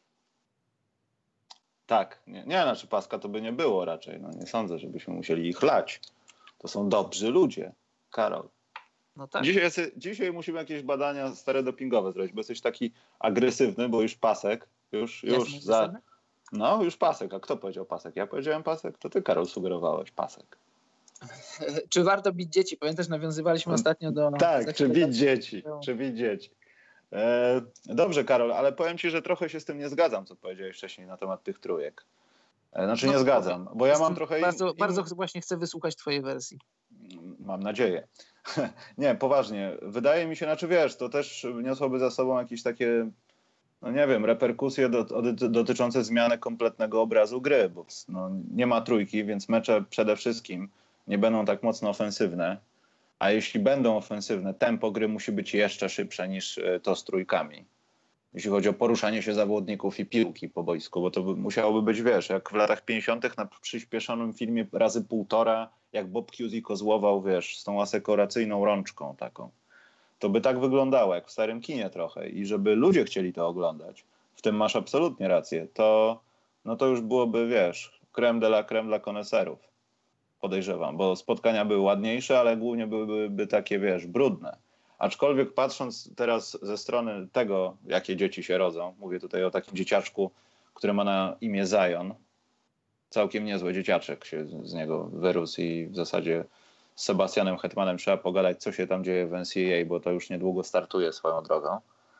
Speaker 1: Tak, nie, nie, znaczy paska to by nie było raczej. No, nie sądzę, żebyśmy musieli ich lać. To są dobrzy ludzie, Karol.
Speaker 2: No tak.
Speaker 1: Dzisiaj, jest, dzisiaj musimy jakieś badania stare dopingowe zrobić, bo jesteś taki agresywny, bo już pasek, już, już za... No, już pasek. A kto powiedział pasek? Ja powiedziałem pasek? To ty, Karol, sugerowałeś pasek.
Speaker 2: Czy warto bić dzieci? Pamiętasz, nawiązywaliśmy ostatnio do...
Speaker 1: Tak, czy bić dzieci, czy bić dzieci. E, dobrze, Karol, ale powiem ci, że trochę się z tym nie zgadzam, co powiedziałeś wcześniej na temat tych trójek. E, znaczy
Speaker 2: no,
Speaker 1: nie zgadzam, bo ja mam trochę...
Speaker 2: Bardzo,
Speaker 1: in...
Speaker 2: bardzo właśnie chcę wysłuchać twojej wersji.
Speaker 1: Mam nadzieję. Nie, poważnie. Wydaje mi się, znaczy wiesz, to też niosłoby za sobą jakieś takie, no nie wiem, reperkusje do, do, dotyczące zmiany kompletnego obrazu gry, bo no, nie ma trójki, więc mecze przede wszystkim nie będą tak mocno ofensywne, a jeśli będą ofensywne, tempo gry musi być jeszcze szybsze niż to z trójkami. Jeśli chodzi o poruszanie się zawodników i piłki po boisku, bo to by, musiałoby być, wiesz, jak w latach pięćdziesiątych na przyspieszonym filmie razy półtora, jak Bob Cousy kozłował, wiesz, z tą asekuracyjną rączką taką. To by tak wyglądało, jak w starym kinie trochę. I żeby ludzie chcieli to oglądać, w tym masz absolutnie rację, to, no to już byłoby, wiesz, crème de la crème dla koneserów. Podejrzewam, bo spotkania były ładniejsze, ale głównie byłyby takie, wiesz, brudne. Aczkolwiek patrząc teraz ze strony tego, jakie dzieci się rodzą, mówię tutaj o takim dzieciaczku, który ma na imię Zion, całkiem niezły dzieciaczek się z niego wyrósł i w zasadzie z Sebastianem Hetmanem trzeba pogadać, co się tam dzieje w N C A A, bo to już niedługo startuje swoją drogą,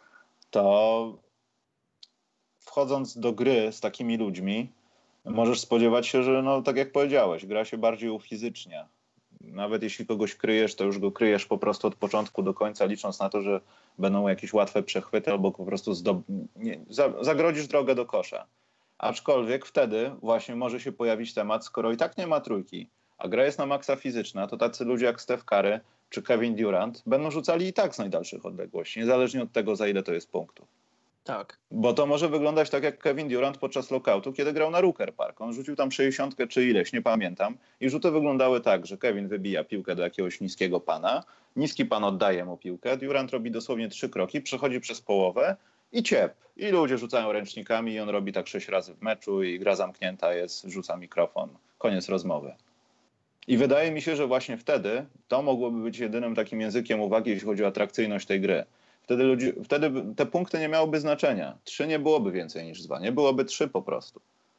Speaker 1: to wchodząc do gry z takimi ludźmi, możesz spodziewać się, że no tak jak powiedziałeś, gra się bardziej ufizycznia. Nawet jeśli kogoś kryjesz, to już go kryjesz po prostu od początku do końca, licząc na to, że będą jakieś łatwe przechwyty albo po prostu zdob... nie, za, zagrodzisz drogę do kosza. Aczkolwiek wtedy właśnie może się pojawić temat, skoro i tak nie ma trójki, a gra jest na maksa fizyczna, to tacy ludzie jak Steph Curry czy Kevin Durant będą rzucali i tak z najdalszych odległości, niezależnie od tego, za ile to jest punktów.
Speaker 2: Tak.
Speaker 1: Bo to może wyglądać tak jak Kevin Durant podczas lockoutu, kiedy grał na Rucker Park. On rzucił tam sześćdziesiątkę czy ileś, nie pamiętam. I rzuty wyglądały tak, że Kevin wybija piłkę do jakiegoś niskiego pana, niski pan oddaje mu piłkę, Durant robi dosłownie trzy kroki, przechodzi przez połowę i ciep. I ludzie rzucają ręcznikami i on robi tak sześć razy w meczu i gra zamknięta jest, rzuca mikrofon. Koniec rozmowy. I wydaje mi się, że właśnie wtedy to mogłoby być jedynym takim językiem uwagi, jeśli chodzi o atrakcyjność tej gry. Wtedy, ludzi, wtedy te punkty nie miałyby znaczenia. Trzy nie byłoby więcej niż dwa. Nie byłoby trzy po prostu.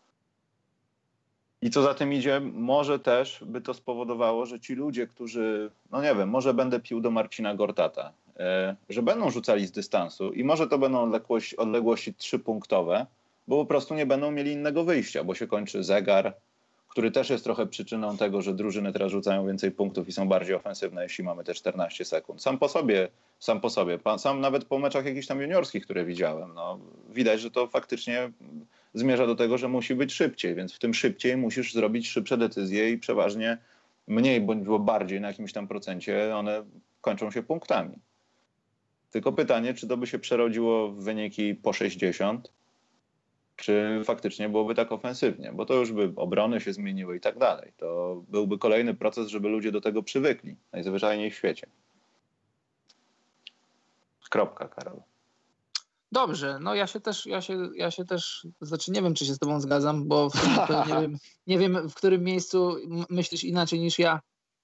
Speaker 1: I co za tym idzie, może też by to spowodowało, że ci ludzie, którzy, no nie wiem, może będę pił do Marcina Gortata, e, że będą rzucali z dystansu i może to będą odległości, odległości trzypunktowe, bo po prostu nie będą mieli innego wyjścia, bo się kończy zegar, który też jest trochę przyczyną tego, że drużyny teraz rzucają więcej punktów i są bardziej ofensywne, jeśli mamy te czternaście sekund. Sam po sobie, sam po sobie, sam nawet po meczach jakichś tam juniorskich, które widziałem, no, widać, że to faktycznie zmierza do tego, że musi być szybciej, więc w tym szybciej musisz zrobić szybsze decyzje i przeważnie mniej bądź bardziej na jakimś tam procencie one kończą się punktami. Tylko pytanie, czy to by się przerodziło w wyniki po sześćdziesiąt, czy faktycznie byłoby tak ofensywnie, bo to już by obrony się zmieniły i tak dalej. To byłby kolejny proces, żeby ludzie do tego przywykli, najzwyczajniej w świecie. Kropka, Karol.
Speaker 2: Dobrze, no ja się też, ja się, ja się też, znaczy nie wiem, czy się z tobą zgadzam, bo w, nie, wiem, nie wiem, w którym miejscu myślisz inaczej niż ja.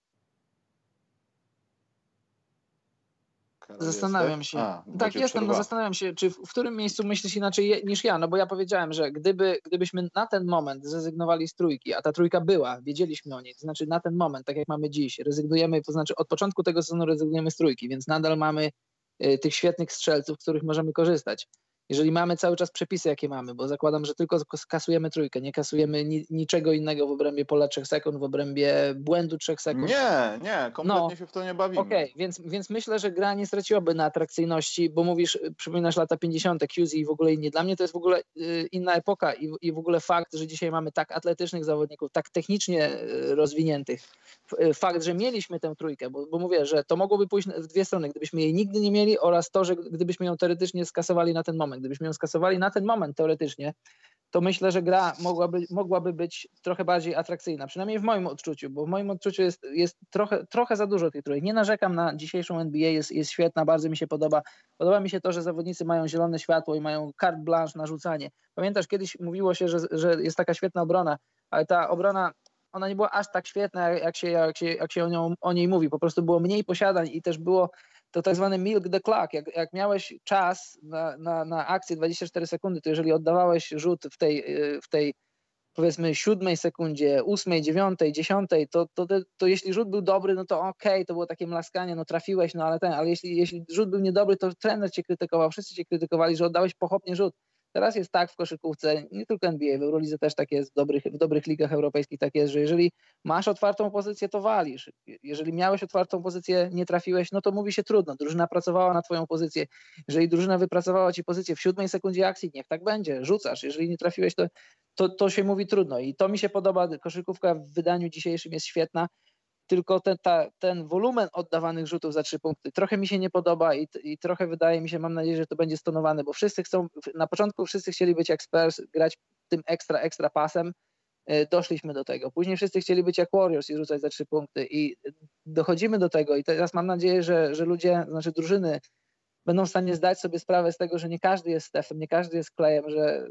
Speaker 1: Karol,
Speaker 2: Zastanawiam
Speaker 1: jesteś?
Speaker 2: się.
Speaker 1: A,
Speaker 2: Tak, jestem, no zastanawiam się, czy w, w którym miejscu myślisz inaczej niż ja, no bo ja powiedziałem, że gdyby, gdybyśmy na ten moment zrezygnowali z trójki, a ta trójka była, wiedzieliśmy o niej, to znaczy na ten moment, tak jak mamy dziś, rezygnujemy, to znaczy od początku tego sezonu rezygnujemy z trójki, więc nadal mamy y, tych świetnych strzelców, z których możemy korzystać. Jeżeli mamy cały czas przepisy, jakie mamy, bo zakładam, że tylko kasujemy trójkę, nie kasujemy ni niczego innego w obrębie pola trzech sekund, w obrębie błędu trzech sekund.
Speaker 1: Nie, nie, kompletnie no, się w to nie bawimy.
Speaker 2: Okej, okay, więc, więc myślę, że gra nie straciłaby na atrakcyjności, bo mówisz, przypominasz lata pięćdziesiąte, Q Z i w ogóle inni. Dla mnie to jest w ogóle y, inna epoka i, i w ogóle fakt, że dzisiaj mamy tak atletycznych zawodników, tak technicznie y, rozwiniętych. F fakt, że mieliśmy tę trójkę, bo, bo mówię, że to mogłoby pójść w dwie strony, gdybyśmy jej nigdy nie mieli oraz to, że gdybyśmy ją teoretycznie skasowali na ten moment. Gdybyśmy ją skasowali na ten moment teoretycznie, to myślę, że gra mogłaby, mogłaby być trochę bardziej atrakcyjna, przynajmniej w moim odczuciu, bo w moim odczuciu jest, jest trochę, trochę za dużo tych trójek. Nie narzekam na dzisiejszą N B A, jest, jest świetna, bardzo mi się podoba. Podoba mi się to, że zawodnicy mają zielone światło i mają carte blanche na rzucanie. Pamiętasz, kiedyś mówiło się, że, że jest taka świetna obrona, ale ta obrona, ona nie była aż tak świetna, jak się, jak się, jak się o, nią, o niej mówi. Po prostu było mniej posiadań i też było to tak zwany milk the clock. Jak, jak miałeś czas na, na, na akcję dwadzieścia cztery sekundy, to jeżeli oddawałeś rzut w tej, w tej powiedzmy siódmej sekundzie, ósmej, dziewiątej, dziesiątej, to, to, to, to jeśli rzut był dobry, no to okej, okay, to było takie mlaskanie, no trafiłeś, no ale ten, ale jeśli, jeśli rzut był niedobry, to trener cię krytykował, wszyscy cię krytykowali, że oddałeś pochopnie rzut. Teraz jest tak w koszykówce, nie tylko N B A, w Eurolidze też tak jest, w dobrych, w dobrych ligach europejskich tak jest, że jeżeli masz otwartą pozycję, to walisz. Jeżeli miałeś otwartą pozycję, nie trafiłeś, no to mówi się trudno. Drużyna pracowała na twoją pozycję. Jeżeli drużyna wypracowała ci pozycję w siódmej sekundzie akcji, niech tak będzie, rzucasz. Jeżeli nie trafiłeś, to, to, to się mówi trudno. I to mi się podoba. Koszykówka w wydaniu dzisiejszym jest świetna. Tylko ten, ta, ten wolumen oddawanych rzutów za trzy punkty trochę mi się nie podoba i, i trochę wydaje mi się, mam nadzieję, że to będzie stonowane, bo wszyscy chcą, na początku wszyscy chcieli być jak Spurs, grać tym ekstra, ekstra pasem, doszliśmy do tego. Później wszyscy chcieli być jak Warriors i rzucać za trzy punkty i dochodzimy do tego i teraz mam nadzieję, że, że ludzie, znaczy drużyny będą w stanie zdać sobie sprawę z tego, że nie każdy jest Stephem, nie każdy jest Clayem, że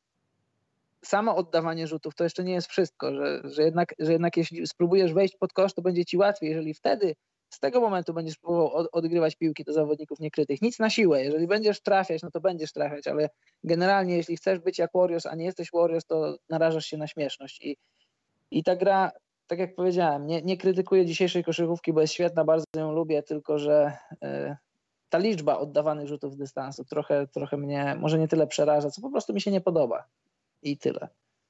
Speaker 2: samo oddawanie rzutów to jeszcze nie jest wszystko, że, że, jednak, że jednak jeśli spróbujesz wejść pod kosz, to będzie ci łatwiej, jeżeli wtedy z tego momentu będziesz próbował od, odgrywać piłki do zawodników niekrytych. Nic na siłę, jeżeli będziesz trafiać, no to będziesz trafiać, ale generalnie jeśli chcesz być jak Warriors, a nie jesteś Warriors, to narażasz się na śmieszność i, i ta gra, tak jak powiedziałem, nie, nie krytykuję dzisiejszej koszykówki, bo jest świetna, bardzo ją lubię, tylko że yy, ta liczba oddawanych rzutów z dystansu trochę, trochę mnie może nie tyle przeraża, co po prostu mi się nie podoba. I tyle.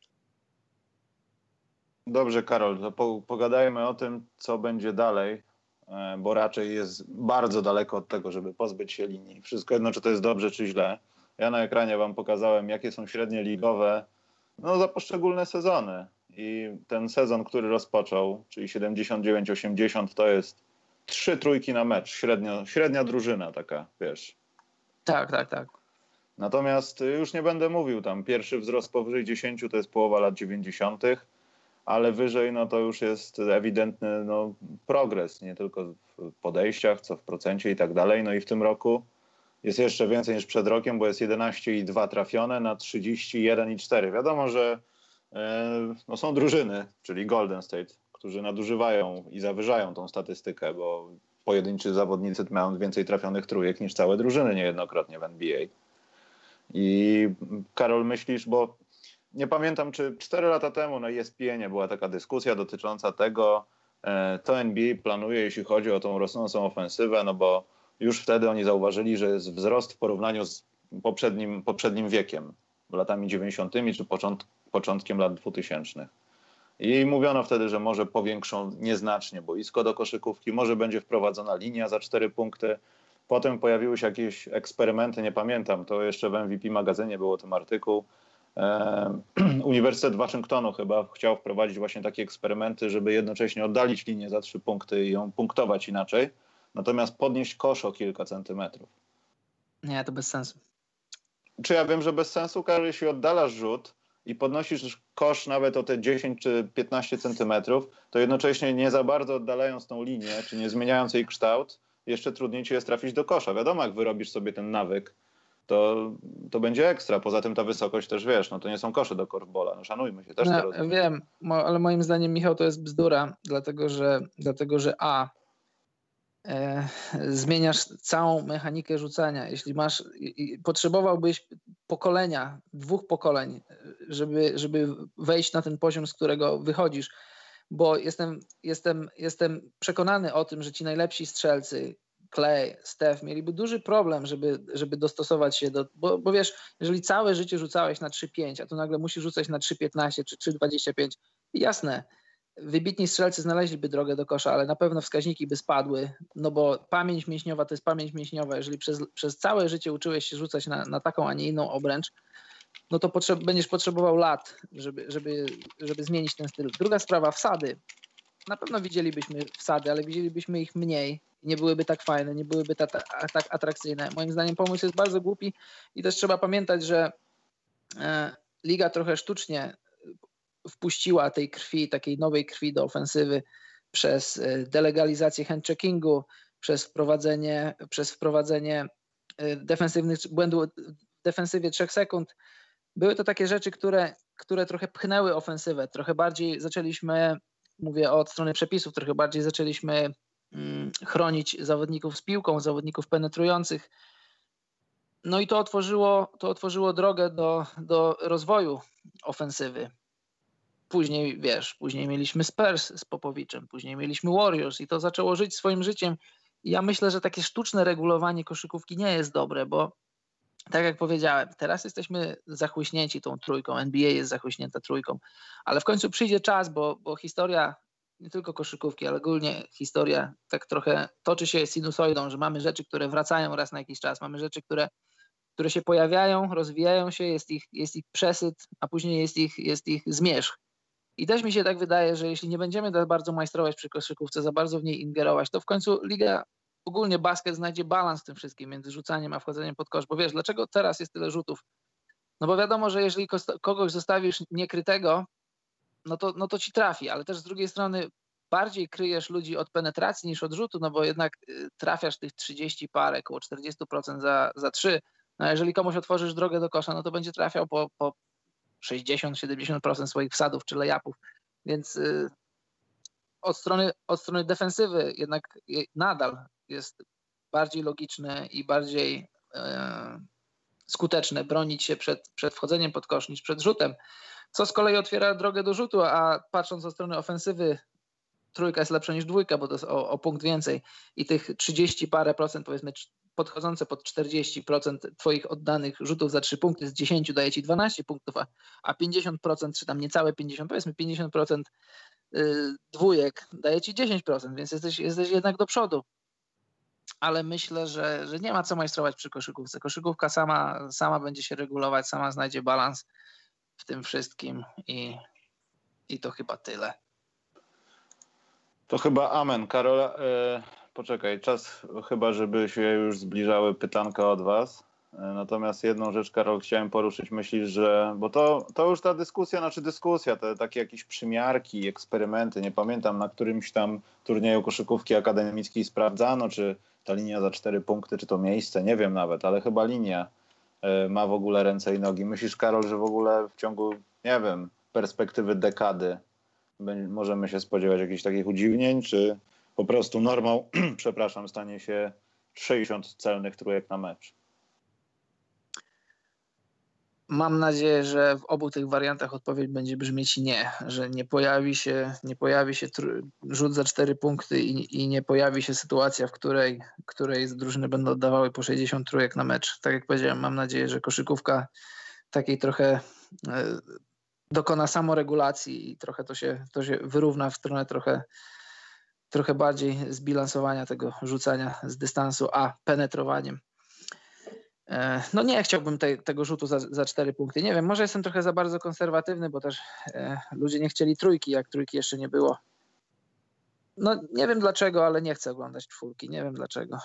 Speaker 1: Dobrze, Karol, to po, pogadajmy o tym, co będzie dalej, bo raczej jest bardzo daleko od tego, żeby pozbyć się linii. Wszystko jedno, czy to jest dobrze, czy źle. Ja na ekranie wam pokazałem, jakie są średnie ligowe no, za poszczególne sezony. I ten sezon, który rozpoczął, czyli siedemdziesiąt dziewięć osiemdziesiąt, to jest trzy trójki na mecz. Średnio, średnia drużyna taka, wiesz.
Speaker 2: Tak, tak, tak.
Speaker 1: Natomiast już nie będę mówił tam, pierwszy wzrost powyżej dziesięć to jest połowa lat dziewięćdziesiątych, ale wyżej no to już jest ewidentny no, progres, nie tylko w podejściach, co w procencie i tak dalej. No i w tym roku jest jeszcze więcej niż przed rokiem, bo jest jedenaście i dwa trafione na trzydzieści jeden i cztery. Wiadomo, że e, no, są drużyny, czyli Golden State, którzy nadużywają i zawyżają tą statystykę, bo pojedynczy zawodnicy mają więcej trafionych trójek niż całe drużyny niejednokrotnie w N B A. I Karol, myślisz, bo nie pamiętam, czy cztery lata temu na E S P N ie była taka dyskusja dotycząca tego, co N B A planuje, jeśli chodzi o tą rosnącą ofensywę, no bo już wtedy oni zauważyli, że jest wzrost w porównaniu z poprzednim, poprzednim wiekiem, latami dziewięćdziesiątymi czy począt, początkiem lat dwutysięcznych. I mówiono wtedy, że może powiększą nieznacznie boisko do koszykówki, może będzie wprowadzona linia za cztery punkty. Potem pojawiły się jakieś eksperymenty, nie pamiętam, to jeszcze w M V P magazynie było ten artykuł. E, Uniwersytet Waszyngtonu chyba chciał wprowadzić właśnie takie eksperymenty, żeby jednocześnie oddalić linię za trzy punkty i ją punktować inaczej, natomiast podnieść kosz o kilka centymetrów.
Speaker 2: Nie, to bez sensu.
Speaker 1: Czy ja wiem, że bez sensu, Karol, jeśli oddalasz rzut i podnosisz kosz nawet o te dziesięć czy piętnaście centymetrów, to jednocześnie nie za bardzo oddalając tą linię, czy nie zmieniając jej kształt, jeszcze trudniej ci jest trafić do kosza. Wiadomo, jak wyrobisz sobie ten nawyk, to, to będzie ekstra. Poza tym ta wysokość też, wiesz, no to nie są kosze do korfbola. No szanujmy się, też
Speaker 2: No,
Speaker 1: to rozumiem.
Speaker 2: wiem, mo, ale moim zdaniem, Michał, to jest bzdura, dlatego że, dlatego, że a, e, zmieniasz całą mechanikę rzucania. Jeśli masz, i, potrzebowałbyś pokolenia, dwóch pokoleń, żeby, żeby wejść na ten poziom, z którego wychodzisz, bo jestem, jestem, jestem przekonany o tym, że ci najlepsi strzelcy, Clay, Steph, mieliby duży problem, żeby, żeby dostosować się do... Bo, bo wiesz, jeżeli całe życie rzucałeś na trzy pięć, a tu nagle musisz rzucać na trzy piętnaście czy trzy dwadzieścia pięć, jasne, wybitni strzelcy znaleźliby drogę do kosza, ale na pewno wskaźniki by spadły, no bo pamięć mięśniowa to jest pamięć mięśniowa. Jeżeli przez, przez całe życie uczyłeś się rzucać na, na taką, a nie inną obręcz, no to potrzeb, będziesz potrzebował lat, żeby, żeby, żeby zmienić ten styl. Druga sprawa, wsady. Na pewno widzielibyśmy wsady, ale widzielibyśmy ich mniej. Nie byłyby tak fajne, nie byłyby ta, ta, tak atrakcyjne. Moim zdaniem pomysł jest bardzo głupi i też trzeba pamiętać, że e, liga trochę sztucznie wpuściła tej krwi, takiej nowej krwi do ofensywy przez delegalizację handcheckingu, przez wprowadzenie, przez wprowadzenie defensywnych błędów w defensywie trzech sekund. Były to takie rzeczy, które, które trochę pchnęły ofensywę. Trochę bardziej zaczęliśmy, mówię od strony przepisów, trochę bardziej zaczęliśmy mm, chronić zawodników z piłką, zawodników penetrujących. No i to otworzyło, to otworzyło drogę do, do rozwoju ofensywy. Później, wiesz, później mieliśmy Spurs z Popowiczem, później mieliśmy Warriors i to zaczęło żyć swoim życiem. I ja myślę, że takie sztuczne regulowanie koszykówki nie jest dobre, bo tak jak powiedziałem, teraz jesteśmy zachłyśnięci tą trójką, N B A jest zachłyśnięta trójką, ale w końcu przyjdzie czas, bo, bo historia nie tylko koszykówki, ale ogólnie historia tak trochę toczy się sinusoidą, że mamy rzeczy, które wracają raz na jakiś czas, mamy rzeczy, które, które się pojawiają, rozwijają się, jest ich, jest ich przesyt, a później jest ich, jest ich zmierzch. I też mi się tak wydaje, że jeśli nie będziemy tak bardzo majstrować przy koszykówce, za bardzo w niej ingerować, to w końcu liga, ogólnie basket znajdzie balans w tym wszystkim między rzucaniem a wchodzeniem pod kosz. Bo wiesz, dlaczego teraz jest tyle rzutów? No bo wiadomo, że jeżeli kogoś zostawisz niekrytego, no to, no to ci trafi, ale też z drugiej strony bardziej kryjesz ludzi od penetracji niż od rzutu, no bo jednak trafiasz tych trzydzieści parę, około czterdzieści procent za, za trzy. No a jeżeli komuś otworzysz drogę do kosza, no to będzie trafiał po, po sześćdziesiąt do siedemdziesięciu procent swoich wsadów czy layupów, więc y, od, strony, od strony defensywy jednak nadal jest bardziej logiczne i bardziej y, skuteczne bronić się przed, przed wchodzeniem pod kosz niż przed rzutem, co z kolei otwiera drogę do rzutu, a patrząc od strony ofensywy, trójka jest lepsza niż dwójka, bo to jest o, o punkt więcej i tych trzydzieści parę procent, powiedzmy podchodzące pod czterdzieści procent twoich oddanych rzutów za trzy punkty z dziesięciu daje ci dwanaście punktów, a, a pięćdziesiąt procent, czy tam niecałe pięćdziesiąt, powiedzmy pięćdziesiąt procent y, dwójek daje ci dziesięć procent, więc jesteś, jesteś jednak do przodu. Ale myślę, że, że nie ma co majstrować przy koszykówce. Koszykówka sama, sama będzie się regulować, sama znajdzie balans w tym wszystkim i, i to chyba tyle.
Speaker 1: To chyba amen. Karola, e, poczekaj, czas chyba, żeby się już zbliżały pytanka od was. E, natomiast jedną rzecz, Karol, chciałem poruszyć. Myślisz, że, bo to, to już ta dyskusja, znaczy dyskusja, te takie jakieś przymiarki, eksperymenty, nie pamiętam, na którymś tam turnieju koszykówki akademickiej sprawdzano, czy ta linia za cztery punkty, czy to miejsce, nie wiem nawet, ale chyba linia e, ma w ogóle ręce i nogi. Myślisz, Karol, że w ogóle w ciągu, nie wiem, perspektywy dekady możemy się spodziewać jakichś takich udziwnień, czy po prostu normą, przepraszam, stanie się sześćdziesiąt celnych trójek na mecz?
Speaker 2: Mam nadzieję, że w obu tych wariantach odpowiedź będzie brzmieć nie, że nie pojawi się, nie pojawi się tr- rzut za cztery punkty i, i nie pojawi się sytuacja, w której, której drużyny będą oddawały po sześćdziesiąt trójek na mecz. Tak jak powiedziałem, mam nadzieję, że koszykówka takiej trochę dokona samoregulacji i trochę to się, to się wyrówna w stronę trochę, trochę bardziej zbilansowania tego rzucania z dystansu, a penetrowaniem. No nie chciałbym te, tego rzutu za, za cztery punkty. Nie wiem, może jestem trochę za bardzo konserwatywny, bo też e, ludzie nie chcieli trójki, jak trójki jeszcze nie było. No nie wiem dlaczego, ale nie chcę oglądać czwórki. Nie wiem dlaczego.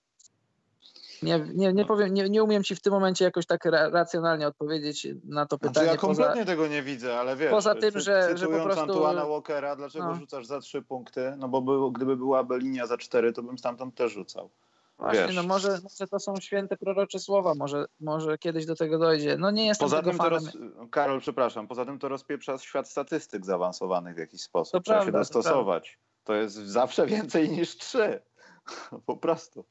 Speaker 2: Nie, nie, nie, powiem, nie, nie umiem ci w tym momencie jakoś tak ra, racjonalnie odpowiedzieć na to pytanie.
Speaker 1: Znaczy ja kompletnie
Speaker 2: poza,
Speaker 1: tego nie widzę, ale wiesz,
Speaker 2: poza tym,
Speaker 1: cy,
Speaker 2: że, że po prostu...
Speaker 1: Antoana Walkera, dlaczego
Speaker 2: no.
Speaker 1: rzucasz za trzy punkty? No bo był, gdyby byłaby linia za cztery, to bym stamtąd też rzucał.
Speaker 2: Właśnie,
Speaker 1: Wiesz.
Speaker 2: no może, może to są święte prorocze słowa, może, może kiedyś do tego dojdzie. No nie jestem
Speaker 1: poza
Speaker 2: tego
Speaker 1: tym to
Speaker 2: fanem.
Speaker 1: roz... Karol, przepraszam, poza tym to rozpieprza świat statystyk zaawansowanych w jakiś sposób.
Speaker 2: To
Speaker 1: Trzeba
Speaker 2: prawda,
Speaker 1: się dostosować. To, to jest zawsze więcej niż trzy. Po prostu.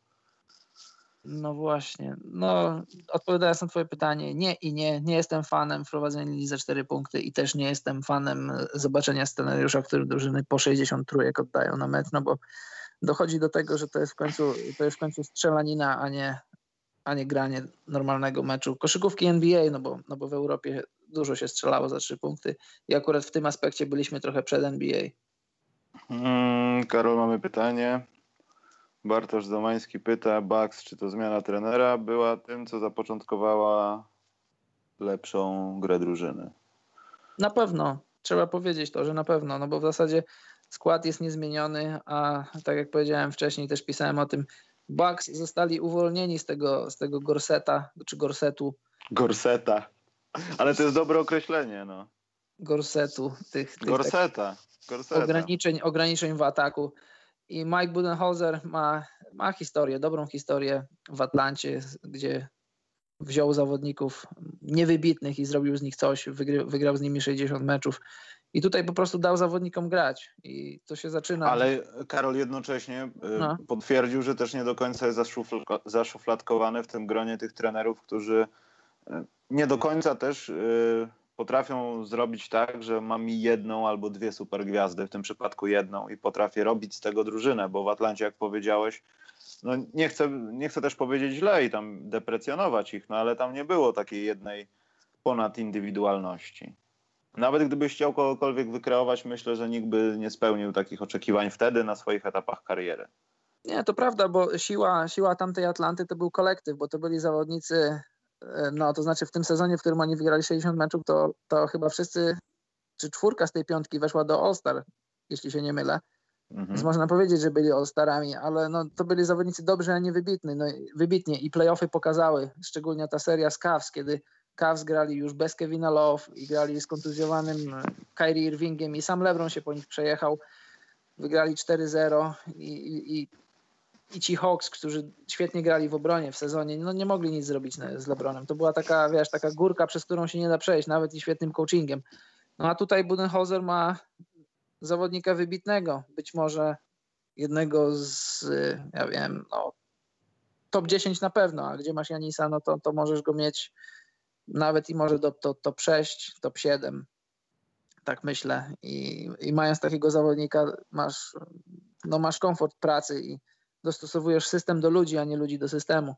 Speaker 2: No właśnie. No, odpowiadając na twoje pytanie, nie i nie. Nie jestem fanem wprowadzenia linii za cztery punkty i też nie jestem fanem zobaczenia scenariusza, w którym drużyny po sześćdziesiąt trójek oddają na mecz, no bo dochodzi do tego, że to jest w końcu, to jest w końcu strzelanina, a nie, a nie granie normalnego meczu. Koszykówki N B A, no bo, no bo w Europie dużo się strzelało za trzy punkty i akurat w tym aspekcie byliśmy trochę przed N B A.
Speaker 1: Hmm, Karol, mamy pytanie. Bartosz Domański pyta, Bucks, czy to zmiana trenera była tym, co zapoczątkowała lepszą grę drużyny?
Speaker 2: Na pewno. Trzeba powiedzieć to, że na pewno, no bo w zasadzie skład jest niezmieniony, a tak jak powiedziałem wcześniej, też pisałem o tym, Bucks zostali uwolnieni z tego, z tego gorseta, czy gorsetu.
Speaker 1: Gorseta. Ale to jest dobre określenie, no.
Speaker 2: Gorsetu. Tych, tych
Speaker 1: Gorseta. Gorseta.
Speaker 2: Ograniczeń, ograniczeń w ataku. I Mike Budenholzer ma, ma historię, dobrą historię w Atlancie, gdzie wziął zawodników niewybitnych i zrobił z nich coś, wygry, wygrał z nimi sześćdziesiąt meczów. I tutaj po prostu dał zawodnikom grać i to się zaczyna.
Speaker 1: Ale Karol jednocześnie no. potwierdził, że też nie do końca jest zaszufladkowany w tym gronie tych trenerów, którzy nie do końca też potrafią zrobić tak, że mam jedną albo dwie super gwiazdy, w tym przypadku jedną i potrafię robić z tego drużynę, bo w Atlancie, jak powiedziałeś, no nie chcę, nie chcę też powiedzieć źle i tam deprecjonować ich, no ale tam nie było takiej jednej ponadindywidualności. Nawet gdybyś chciał kogokolwiek wykreować, myślę, że nikt by nie spełnił takich oczekiwań wtedy na swoich etapach kariery.
Speaker 2: Nie, to prawda, bo siła, siła tamtej Atlanty to był kolektyw, bo to byli zawodnicy, no to znaczy w tym sezonie, w którym oni wygrali sześćdziesiąt meczów, to, to chyba wszyscy, czy czwórka z tej piątki weszła do All-Star, jeśli się nie mylę. Mhm. Więc można powiedzieć, że byli All-Starami, ale no, to byli zawodnicy dobrzy, a nie wybitni. No, wybitnie i play-offy pokazały, szczególnie ta seria z Cavs, kiedy Cavs grali już bez Kevina Love i grali z kontuzjowanym Kyrie Irvingiem i sam LeBron się po nich przejechał. Wygrali cztery zero i, i, i, i ci Hawks, którzy świetnie grali w obronie w sezonie, no nie mogli nic zrobić z LeBronem. To była taka, wiesz, taka górka, przez którą się nie da przejść, nawet i świetnym coachingiem. No a tutaj Budenholzer ma zawodnika wybitnego, być może jednego z, ja wiem, no top dziesięć na pewno, a gdzie masz Janisa, no to, to możesz go mieć nawet i może do to, top sześć, top siedem, tak myślę. I, i mając takiego zawodnika masz, no masz komfort pracy i dostosowujesz system do ludzi, a nie ludzi do systemu.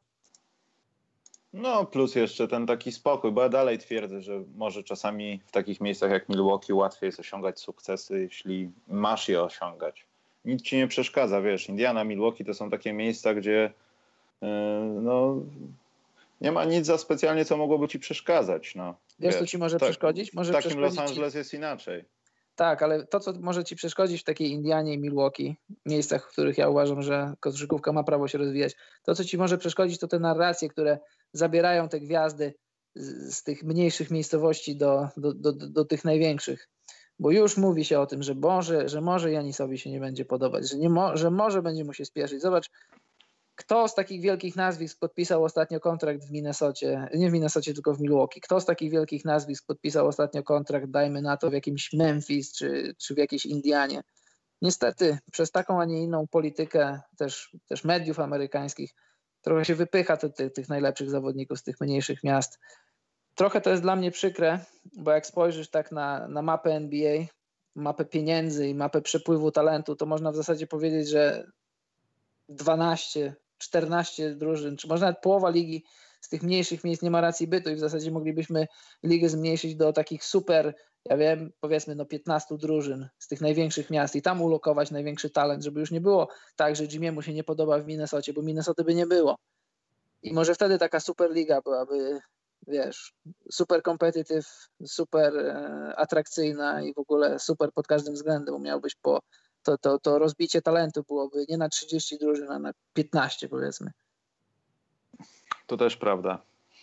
Speaker 1: No plus jeszcze ten taki spokój, bo ja dalej twierdzę, że może czasami w takich miejscach jak Milwaukee łatwiej jest osiągać sukcesy, jeśli masz je osiągać. Nic ci nie przeszkadza, wiesz, Indiana, Milwaukee to są takie miejsca, gdzie yy, no nie ma nic za specjalnie, co mogłoby ci przeszkadzać. No,
Speaker 2: wiesz, wiesz co ci może tak, przeszkodzić? Może
Speaker 1: w takim Los
Speaker 2: ci...
Speaker 1: Angeles jest inaczej.
Speaker 2: Tak, ale to, co może ci przeszkodzić w takiej Indianie i Milwaukee, miejscach, w których ja uważam, że koszykówka ma prawo się rozwijać, to, co ci może przeszkodzić, to te narracje, które zabierają te gwiazdy z, z tych mniejszych miejscowości do, do, do, do tych największych. Bo już mówi się o tym, że może, że może Janisowi się nie będzie podobać, że, nie mo, że może będzie mu się spieszyć. Zobacz, kto z takich wielkich nazwisk podpisał ostatnio kontrakt w Minnesocie, nie w Minnesocie, tylko w Milwaukee. Kto z takich wielkich nazwisk podpisał ostatnio kontrakt, dajmy na to, w jakimś Memphis czy, czy w jakiejś Indianie. Niestety przez taką, a nie inną politykę też, też mediów amerykańskich trochę się wypycha te, te, tych najlepszych zawodników z tych mniejszych miast. Trochę to jest dla mnie przykre, bo jak spojrzysz tak na, na mapę N B A, mapę pieniędzy i mapę przepływu talentu, to można w zasadzie powiedzieć, że dwanaście, czternaście drużyn, czy może nawet połowa ligi z tych mniejszych miejsc nie ma racji bytu i w zasadzie moglibyśmy ligę zmniejszyć do takich super ja wiem, powiedzmy no piętnastu drużyn z tych największych miast i tam ulokować największy talent, żeby już nie było tak, że Jimmy'emu się nie podoba w Minnesocie, bo Minnesoty by nie było. I może wtedy taka Superliga byłaby, wiesz, super competitive, super e, atrakcyjna i w ogóle super pod każdym względem. Miałbyś po, to, to, to rozbicie talentu byłoby nie na trzydzieści drużyn, a na piętnaście powiedzmy.
Speaker 1: To też prawda.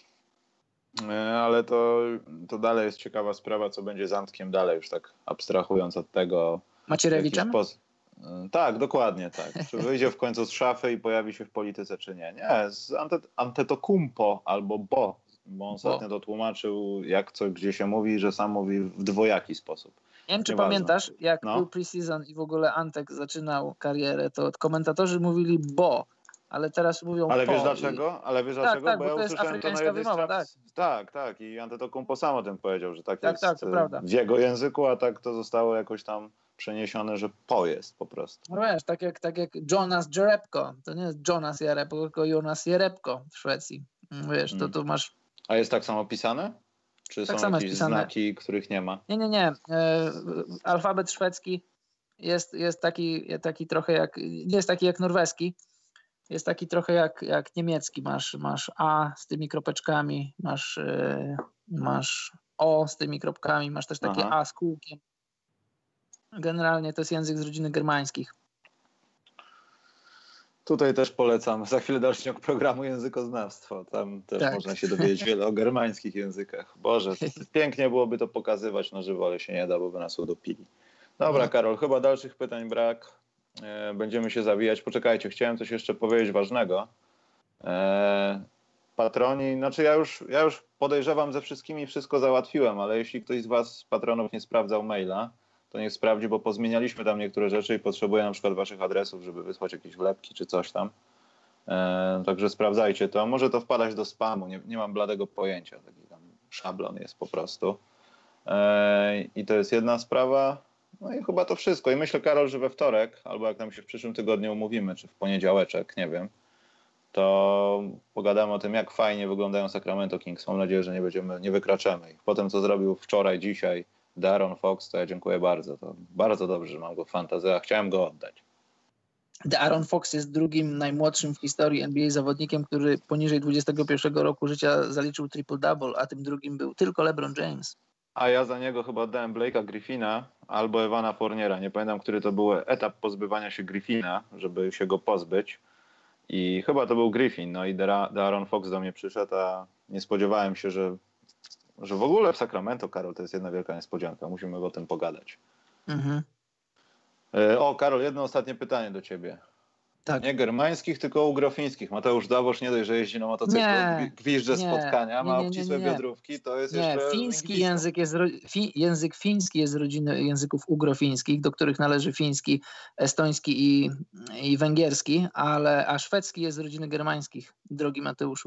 Speaker 1: Ale to, to dalej jest ciekawa sprawa, co będzie z Antkiem dalej, już tak abstrahując od tego.
Speaker 2: Macierewiczem?
Speaker 1: Spos- tak, dokładnie tak. Czy wyjdzie w końcu z szafy i pojawi się w polityce, czy nie? Nie, z Ante- Antetokounmpo albo Bo, bo on ostatnio to tłumaczył, jak co, gdzie się mówi, że sam mówi w dwojaki sposób.
Speaker 2: Nie wiem, czy
Speaker 1: Nieważne.
Speaker 2: pamiętasz, jak
Speaker 1: No.
Speaker 2: był preseason i w ogóle Antek zaczynał karierę, to komentatorzy mówili Bo, ale teraz mówią
Speaker 1: Ale
Speaker 2: po.
Speaker 1: wiesz dlaczego? Ale wiesz dlaczego?
Speaker 2: tak,
Speaker 1: bo
Speaker 2: bo
Speaker 1: ja
Speaker 2: to jest
Speaker 1: usłyszałem to na
Speaker 2: afrykańska
Speaker 1: jednej z
Speaker 2: wymowa,
Speaker 1: trans... tak. tak, tak. I Antetokounmpo sam o tym powiedział, że tak,
Speaker 2: Tak,
Speaker 1: jest
Speaker 2: tak, to prawda.
Speaker 1: w jego języku, a tak to zostało jakoś tam przeniesione, że po jest po prostu.
Speaker 2: No wiesz, tak jak, tak jak Jonas Jerebko. To nie jest Jonas Jerebko, tylko Jonas Jerebko w Szwecji. Wiesz, to tu masz...
Speaker 1: A jest tak samo pisane? Czy
Speaker 2: Tak
Speaker 1: są
Speaker 2: samo
Speaker 1: jakieś
Speaker 2: jest pisane.
Speaker 1: znaki, których nie ma?
Speaker 2: Nie, nie, nie. E, alfabet szwedzki jest, jest taki, taki trochę jak... Nie jest taki jak norweski. Jest taki trochę jak, jak niemiecki. Masz, masz A z tymi kropeczkami, masz, e, masz O z tymi kropkami, masz też takie
Speaker 1: Aha.
Speaker 2: A z kółkiem. Generalnie to jest język z rodziny germańskich.
Speaker 1: Tutaj też polecam za chwilę dalszy ciąg programu Językoznawstwo. Tam też
Speaker 2: Tak.
Speaker 1: można się dowiedzieć wiele o germańskich językach. Boże, pięknie byłoby to pokazywać na żywo, ale się nie da, bo by nas udupili. Dobra,
Speaker 2: No.
Speaker 1: Karol, chyba dalszych pytań brak. E, będziemy się zawijać. Poczekajcie, chciałem coś jeszcze powiedzieć ważnego. E, patroni, znaczy ja już, ja już podejrzewam, ze wszystkimi wszystko załatwiłem, ale jeśli ktoś z was z patronów nie sprawdzał maila, to niech sprawdzi, bo pozmienialiśmy tam niektóre rzeczy i potrzebuję na przykład waszych adresów, żeby wysłać jakieś wlepki czy coś tam. E, także sprawdzajcie to. Może to wpadać do spamu, nie, nie mam bladego pojęcia. Taki tam szablon jest po prostu. E, I to jest jedna sprawa. No i chyba to wszystko. I myślę, Karol, że we wtorek, albo jak nam się w przyszłym tygodniu umówimy, czy w poniedziałeczek, nie wiem, to pogadamy o tym, jak fajnie wyglądają Sacramento Kings. Mam nadzieję, że nie będziemy, nie wykraczamy ich. Po tym, co zrobił wczoraj, dzisiaj De'Aaron Fox, to ja dziękuję bardzo. To bardzo dobrze, że mam go w fantazji, a chciałem go oddać.
Speaker 2: De'Aaron Fox jest drugim najmłodszym w historii N B A zawodnikiem, który poniżej dwudziestego pierwszego roku życia zaliczył triple-double, a tym drugim był tylko LeBron James.
Speaker 1: A ja za niego chyba dałem Blake'a Griffina albo Evana Fourniera. Nie pamiętam, który to był etap pozbywania się Griffina, żeby się go pozbyć. I chyba to był Griffin. No i De'Aaron Fox do mnie przyszedł, a nie spodziewałem się, że, że w ogóle w Sacramento, Karol, to jest jedna wielka niespodzianka. Musimy o tym pogadać. Mhm. O, Karol, jedno ostatnie pytanie do ciebie.
Speaker 2: Tak.
Speaker 1: Nie germańskich, tylko ugrofińskich. Mateusz Dawosz nie dość, że jeździ na motocyklu,
Speaker 2: Nie,
Speaker 1: gwizdże
Speaker 2: nie,
Speaker 1: spotkania, ma
Speaker 2: nie, nie,
Speaker 1: obcisłe
Speaker 2: nie, nie.
Speaker 1: biodrówki, to jest
Speaker 2: Nie,
Speaker 1: jeszcze
Speaker 2: fiński
Speaker 1: lingwista.
Speaker 2: język jest, fi, język fiński jest z rodziny języków ugrofińskich, do których należy fiński, estoński i, i węgierski, ale a szwedzki jest z rodziny germańskich, drogi Mateuszu.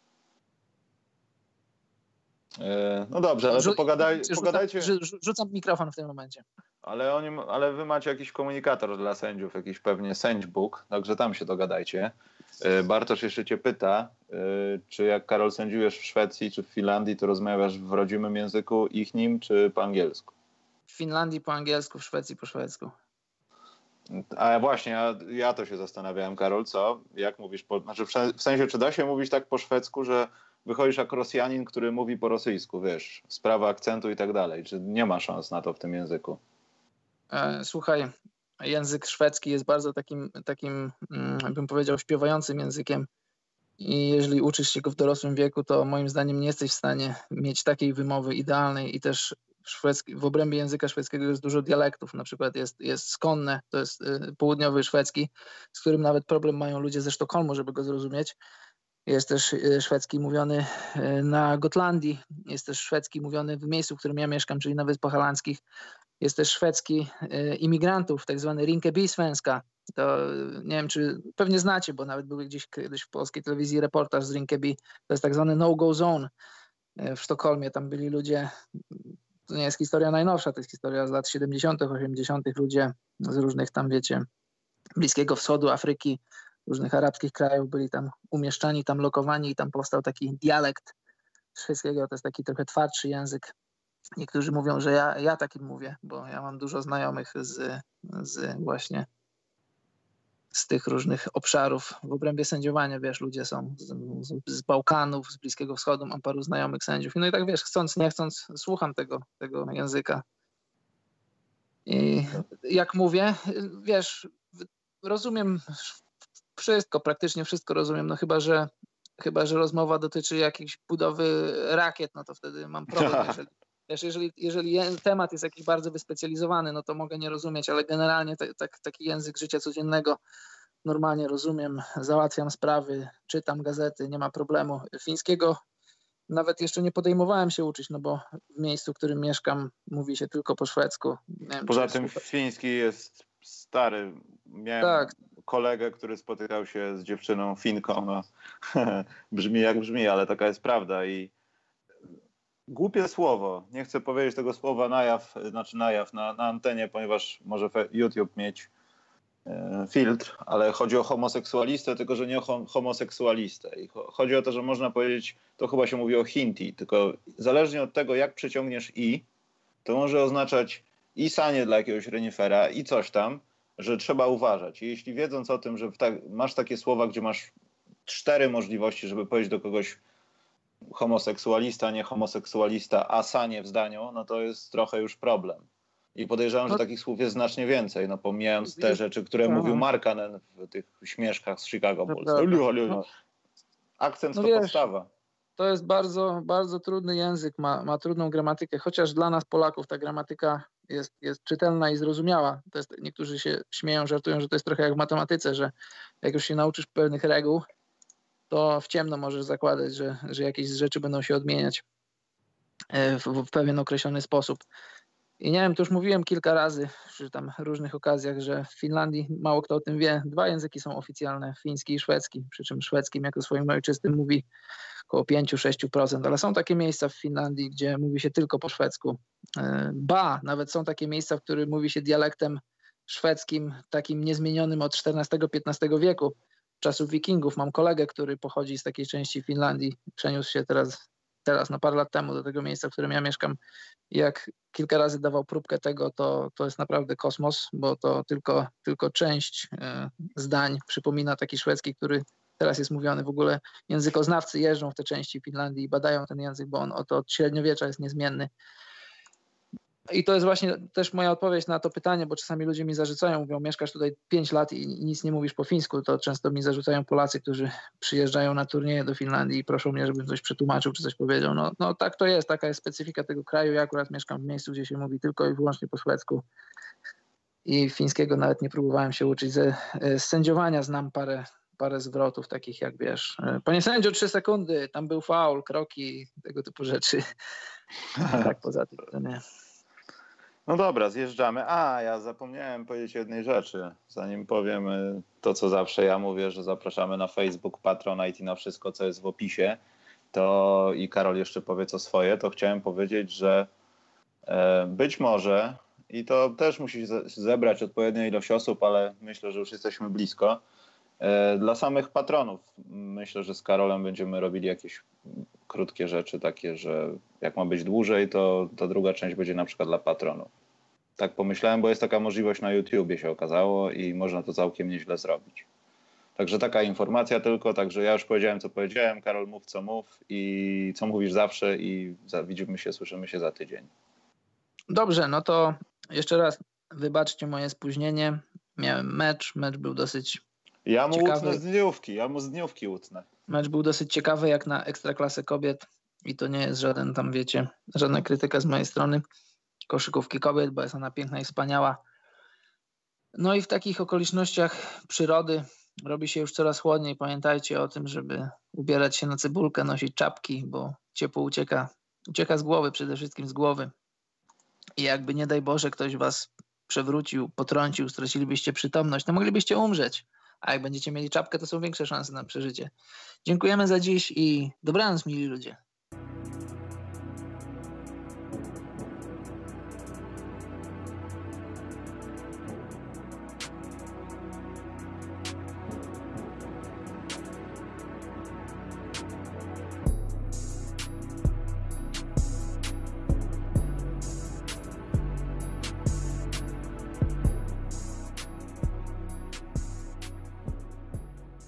Speaker 1: No dobrze, ale to pogadaj,
Speaker 2: rzucam,
Speaker 1: pogadajcie.
Speaker 2: Rzucam mikrofon w tym momencie.
Speaker 1: Ale, oni, ale wy macie jakiś komunikator dla sędziów, jakiś pewnie sędzibook, także tam się dogadajcie. Bartosz jeszcze cię pyta, czy jak, Karol, sędziujesz w Szwecji czy w Finlandii, to rozmawiasz w rodzimym języku ich nim, czy po angielsku?
Speaker 2: W Finlandii po angielsku, w Szwecji po szwedzku.
Speaker 1: A właśnie, ja, ja to się zastanawiałem, Karol, co? Jak mówisz, po, znaczy w sensie, czy da się mówić tak po szwedzku, że wychodzisz jak Rosjanin, który mówi po rosyjsku, wiesz, sprawa akcentu i tak dalej, czy nie ma szans na to w tym języku?
Speaker 2: Słuchaj, język szwedzki jest bardzo takim, takim, bym powiedział, śpiewającym językiem i jeżeli uczysz się go w dorosłym wieku, to moim zdaniem nie jesteś w stanie mieć takiej wymowy idealnej i też w, szwedzki, w obrębie języka szwedzkiego jest dużo dialektów, na przykład jest, jest skåne, to jest południowy szwedzki, z którym nawet problem mają ludzie ze Sztokholmu, żeby go zrozumieć. Jest też szwedzki mówiony na Gotlandii, jest też szwedzki mówiony w miejscu, w którym ja mieszkam, czyli na Wyspach Alandzkich. Jest też szwedzki imigrantów, tak zwany Rinkeby-svenska. To nie wiem, czy pewnie znacie, bo nawet był gdzieś kiedyś w polskiej telewizji reportaż z Rinkeby. To jest tak zwany no-go zone w Sztokholmie. Tam byli ludzie, to nie jest historia najnowsza, to jest historia z lat siedemdziesiątych, osiemdziesiątych. Ludzie z różnych tam, wiecie, Bliskiego Wschodu, Afryki, różnych arabskich krajów byli tam umieszczani, tam lokowani i tam powstał taki dialekt szwedzkiego. To jest taki trochę twardszy język. Niektórzy mówią, że ja, ja takim mówię, bo ja mam dużo znajomych z, z właśnie z tych różnych obszarów w obrębie sędziowania, wiesz, ludzie są z, z, z Bałkanów, z Bliskiego Wschodu, mam paru znajomych sędziów. No i tak, wiesz, chcąc, nie chcąc, słucham tego, tego języka. I jak mówię, wiesz, rozumiem wszystko, praktycznie wszystko rozumiem, no chyba, że chyba, że rozmowa dotyczy jakiejś budowy rakiet, no to wtedy mam problem. Jeżeli, wiesz, jeżeli, jeżeli temat jest jakiś bardzo wyspecjalizowany, no to mogę nie rozumieć, ale generalnie te, tak, taki język życia codziennego normalnie rozumiem, załatwiam sprawy, czytam gazety, nie ma problemu. Fińskiego nawet jeszcze nie podejmowałem się uczyć, no bo w miejscu, w którym mieszkam, mówi się tylko po szwedzku. Nie wiem,
Speaker 1: Poza
Speaker 2: czy
Speaker 1: tym
Speaker 2: słucha-
Speaker 1: fiński jest stary. Miałem
Speaker 2: Tak.
Speaker 1: kolegę, który spotykał się z dziewczyną Finką. No. Brzmi jak brzmi, ale taka jest prawda. I głupie słowo. Nie chcę powiedzieć tego słowa na jaw, znaczy na jaw, na, na antenie, ponieważ może YouTube mieć e, filtr, ale chodzi o homoseksualistę, tylko że nie o hom- homoseksualistę. I cho- chodzi o to, że można powiedzieć, to chyba się mówi o hinti, tylko zależnie od tego, jak przeciągniesz i, to może oznaczać i sanie dla jakiegoś renifera, i coś tam, że trzeba uważać. I jeśli wiedząc o tym, że w ta- masz takie słowa, gdzie masz cztery możliwości, żeby powiedzieć do kogoś homoseksualista, nie homoseksualista, a sanie w zdaniu, no to jest trochę już problem. I podejrzewam, że
Speaker 2: No.
Speaker 1: takich słów jest znacznie więcej, no pomijając te
Speaker 2: Jest-
Speaker 1: rzeczy, które
Speaker 2: no.
Speaker 1: mówił Markkanen w tych śmieszkach z Chicago
Speaker 2: To
Speaker 1: Bulls.
Speaker 2: prawda.
Speaker 1: No. Akcent
Speaker 2: No
Speaker 1: to
Speaker 2: wiesz,
Speaker 1: podstawa.
Speaker 2: To jest bardzo, bardzo trudny język, ma, ma trudną gramatykę, chociaż dla nas Polaków ta gramatyka jest, jest czytelna i zrozumiała. To jest, niektórzy się śmieją, żartują, że to jest trochę jak w matematyce, że jak już się nauczysz pewnych reguł, to w ciemno możesz zakładać, że, że jakieś rzeczy będą się odmieniać w, w pewien określony sposób. I nie wiem, to już mówiłem kilka razy przy tam różnych okazjach, że w Finlandii, mało kto o tym wie, dwa języki są oficjalne, fiński i szwedzki, przy czym szwedzkim jako swoim ojczystym mówi około pięć do sześciu procent, ale są takie miejsca w Finlandii, gdzie mówi się tylko po szwedzku. Ba, nawet są takie miejsca, w których mówi się dialektem szwedzkim, takim niezmienionym od czternastego piętnastego wieku, czasów wikingów. Mam kolegę, który pochodzi z takiej części Finlandii, przeniósł się teraz, teraz no parę lat temu do tego miejsca, w którym ja mieszkam. I jak kilka razy dawał próbkę tego, to, to jest naprawdę kosmos, bo to tylko, tylko część e, zdań przypomina taki szwedzki, który teraz jest mówiony. W ogóle językoznawcy jeżdżą w te części Finlandii i badają ten język, bo on od, od średniowiecza jest niezmienny. I to jest właśnie też moja odpowiedź na to pytanie, bo czasami ludzie mi zarzucają, mówią, mieszkasz tutaj pięć lat i nic nie mówisz po fińsku, to często mi zarzucają Polacy, którzy przyjeżdżają na turnieje do Finlandii i proszą mnie, żebym coś przetłumaczył czy coś powiedział. No, no tak to jest, taka jest specyfika tego kraju. Ja akurat mieszkam w miejscu, gdzie się mówi tylko i wyłącznie po szwedzku i fińskiego nawet nie próbowałem się uczyć. Ze, z sędziowania znam parę, parę zwrotów takich jak, wiesz, panie sędzio, trzy sekundy, tam był faul, kroki, tego typu rzeczy. Tak, poza tym to nie.
Speaker 1: No dobra, zjeżdżamy. A, ja zapomniałem powiedzieć jednej rzeczy. Zanim powiem to, co zawsze ja mówię, że zapraszamy na Facebook, Patronite i na wszystko, co jest w opisie, to i Karol jeszcze powie co swoje, to chciałem powiedzieć, że e, być może, i to też musi zebrać odpowiednią ilość osób, ale myślę, że już jesteśmy blisko, e, dla samych patronów. Myślę, że z Karolem będziemy robili jakieś krótkie rzeczy takie, że jak ma być dłużej, to, to druga część będzie na przykład dla patronów. Tak pomyślałem, bo jest taka możliwość na YouTubie, się okazało, i można to całkiem nieźle zrobić. Także taka informacja tylko, także ja już powiedziałem, co powiedziałem, Karol, mów, co mów i co mówisz zawsze i za, widzimy się, słyszymy się za tydzień.
Speaker 2: Dobrze, no to jeszcze raz wybaczcie moje spóźnienie. Miałem mecz, mecz był dosyć
Speaker 1: Ja mu
Speaker 2: ciekawy.
Speaker 1: utnę z dniówki, ja mu z dniówki utnę.
Speaker 2: Mecz był dosyć ciekawy jak na Ekstraklasę kobiet i to nie jest żaden tam, wiecie, żadna krytyka z mojej strony koszykówki kobiet, bo jest ona piękna i wspaniała. No i w takich okolicznościach przyrody robi się już coraz chłodniej. Pamiętajcie o tym, żeby ubierać się na cebulkę, nosić czapki, bo ciepło ucieka, ucieka z głowy, przede wszystkim z głowy. I jakby nie daj Boże ktoś was przewrócił, potrącił, stracilibyście przytomność, to moglibyście umrzeć. A jak będziecie mieli czapkę, to są większe szanse na przeżycie. Dziękujemy za dziś i dobranoc, mili ludzie.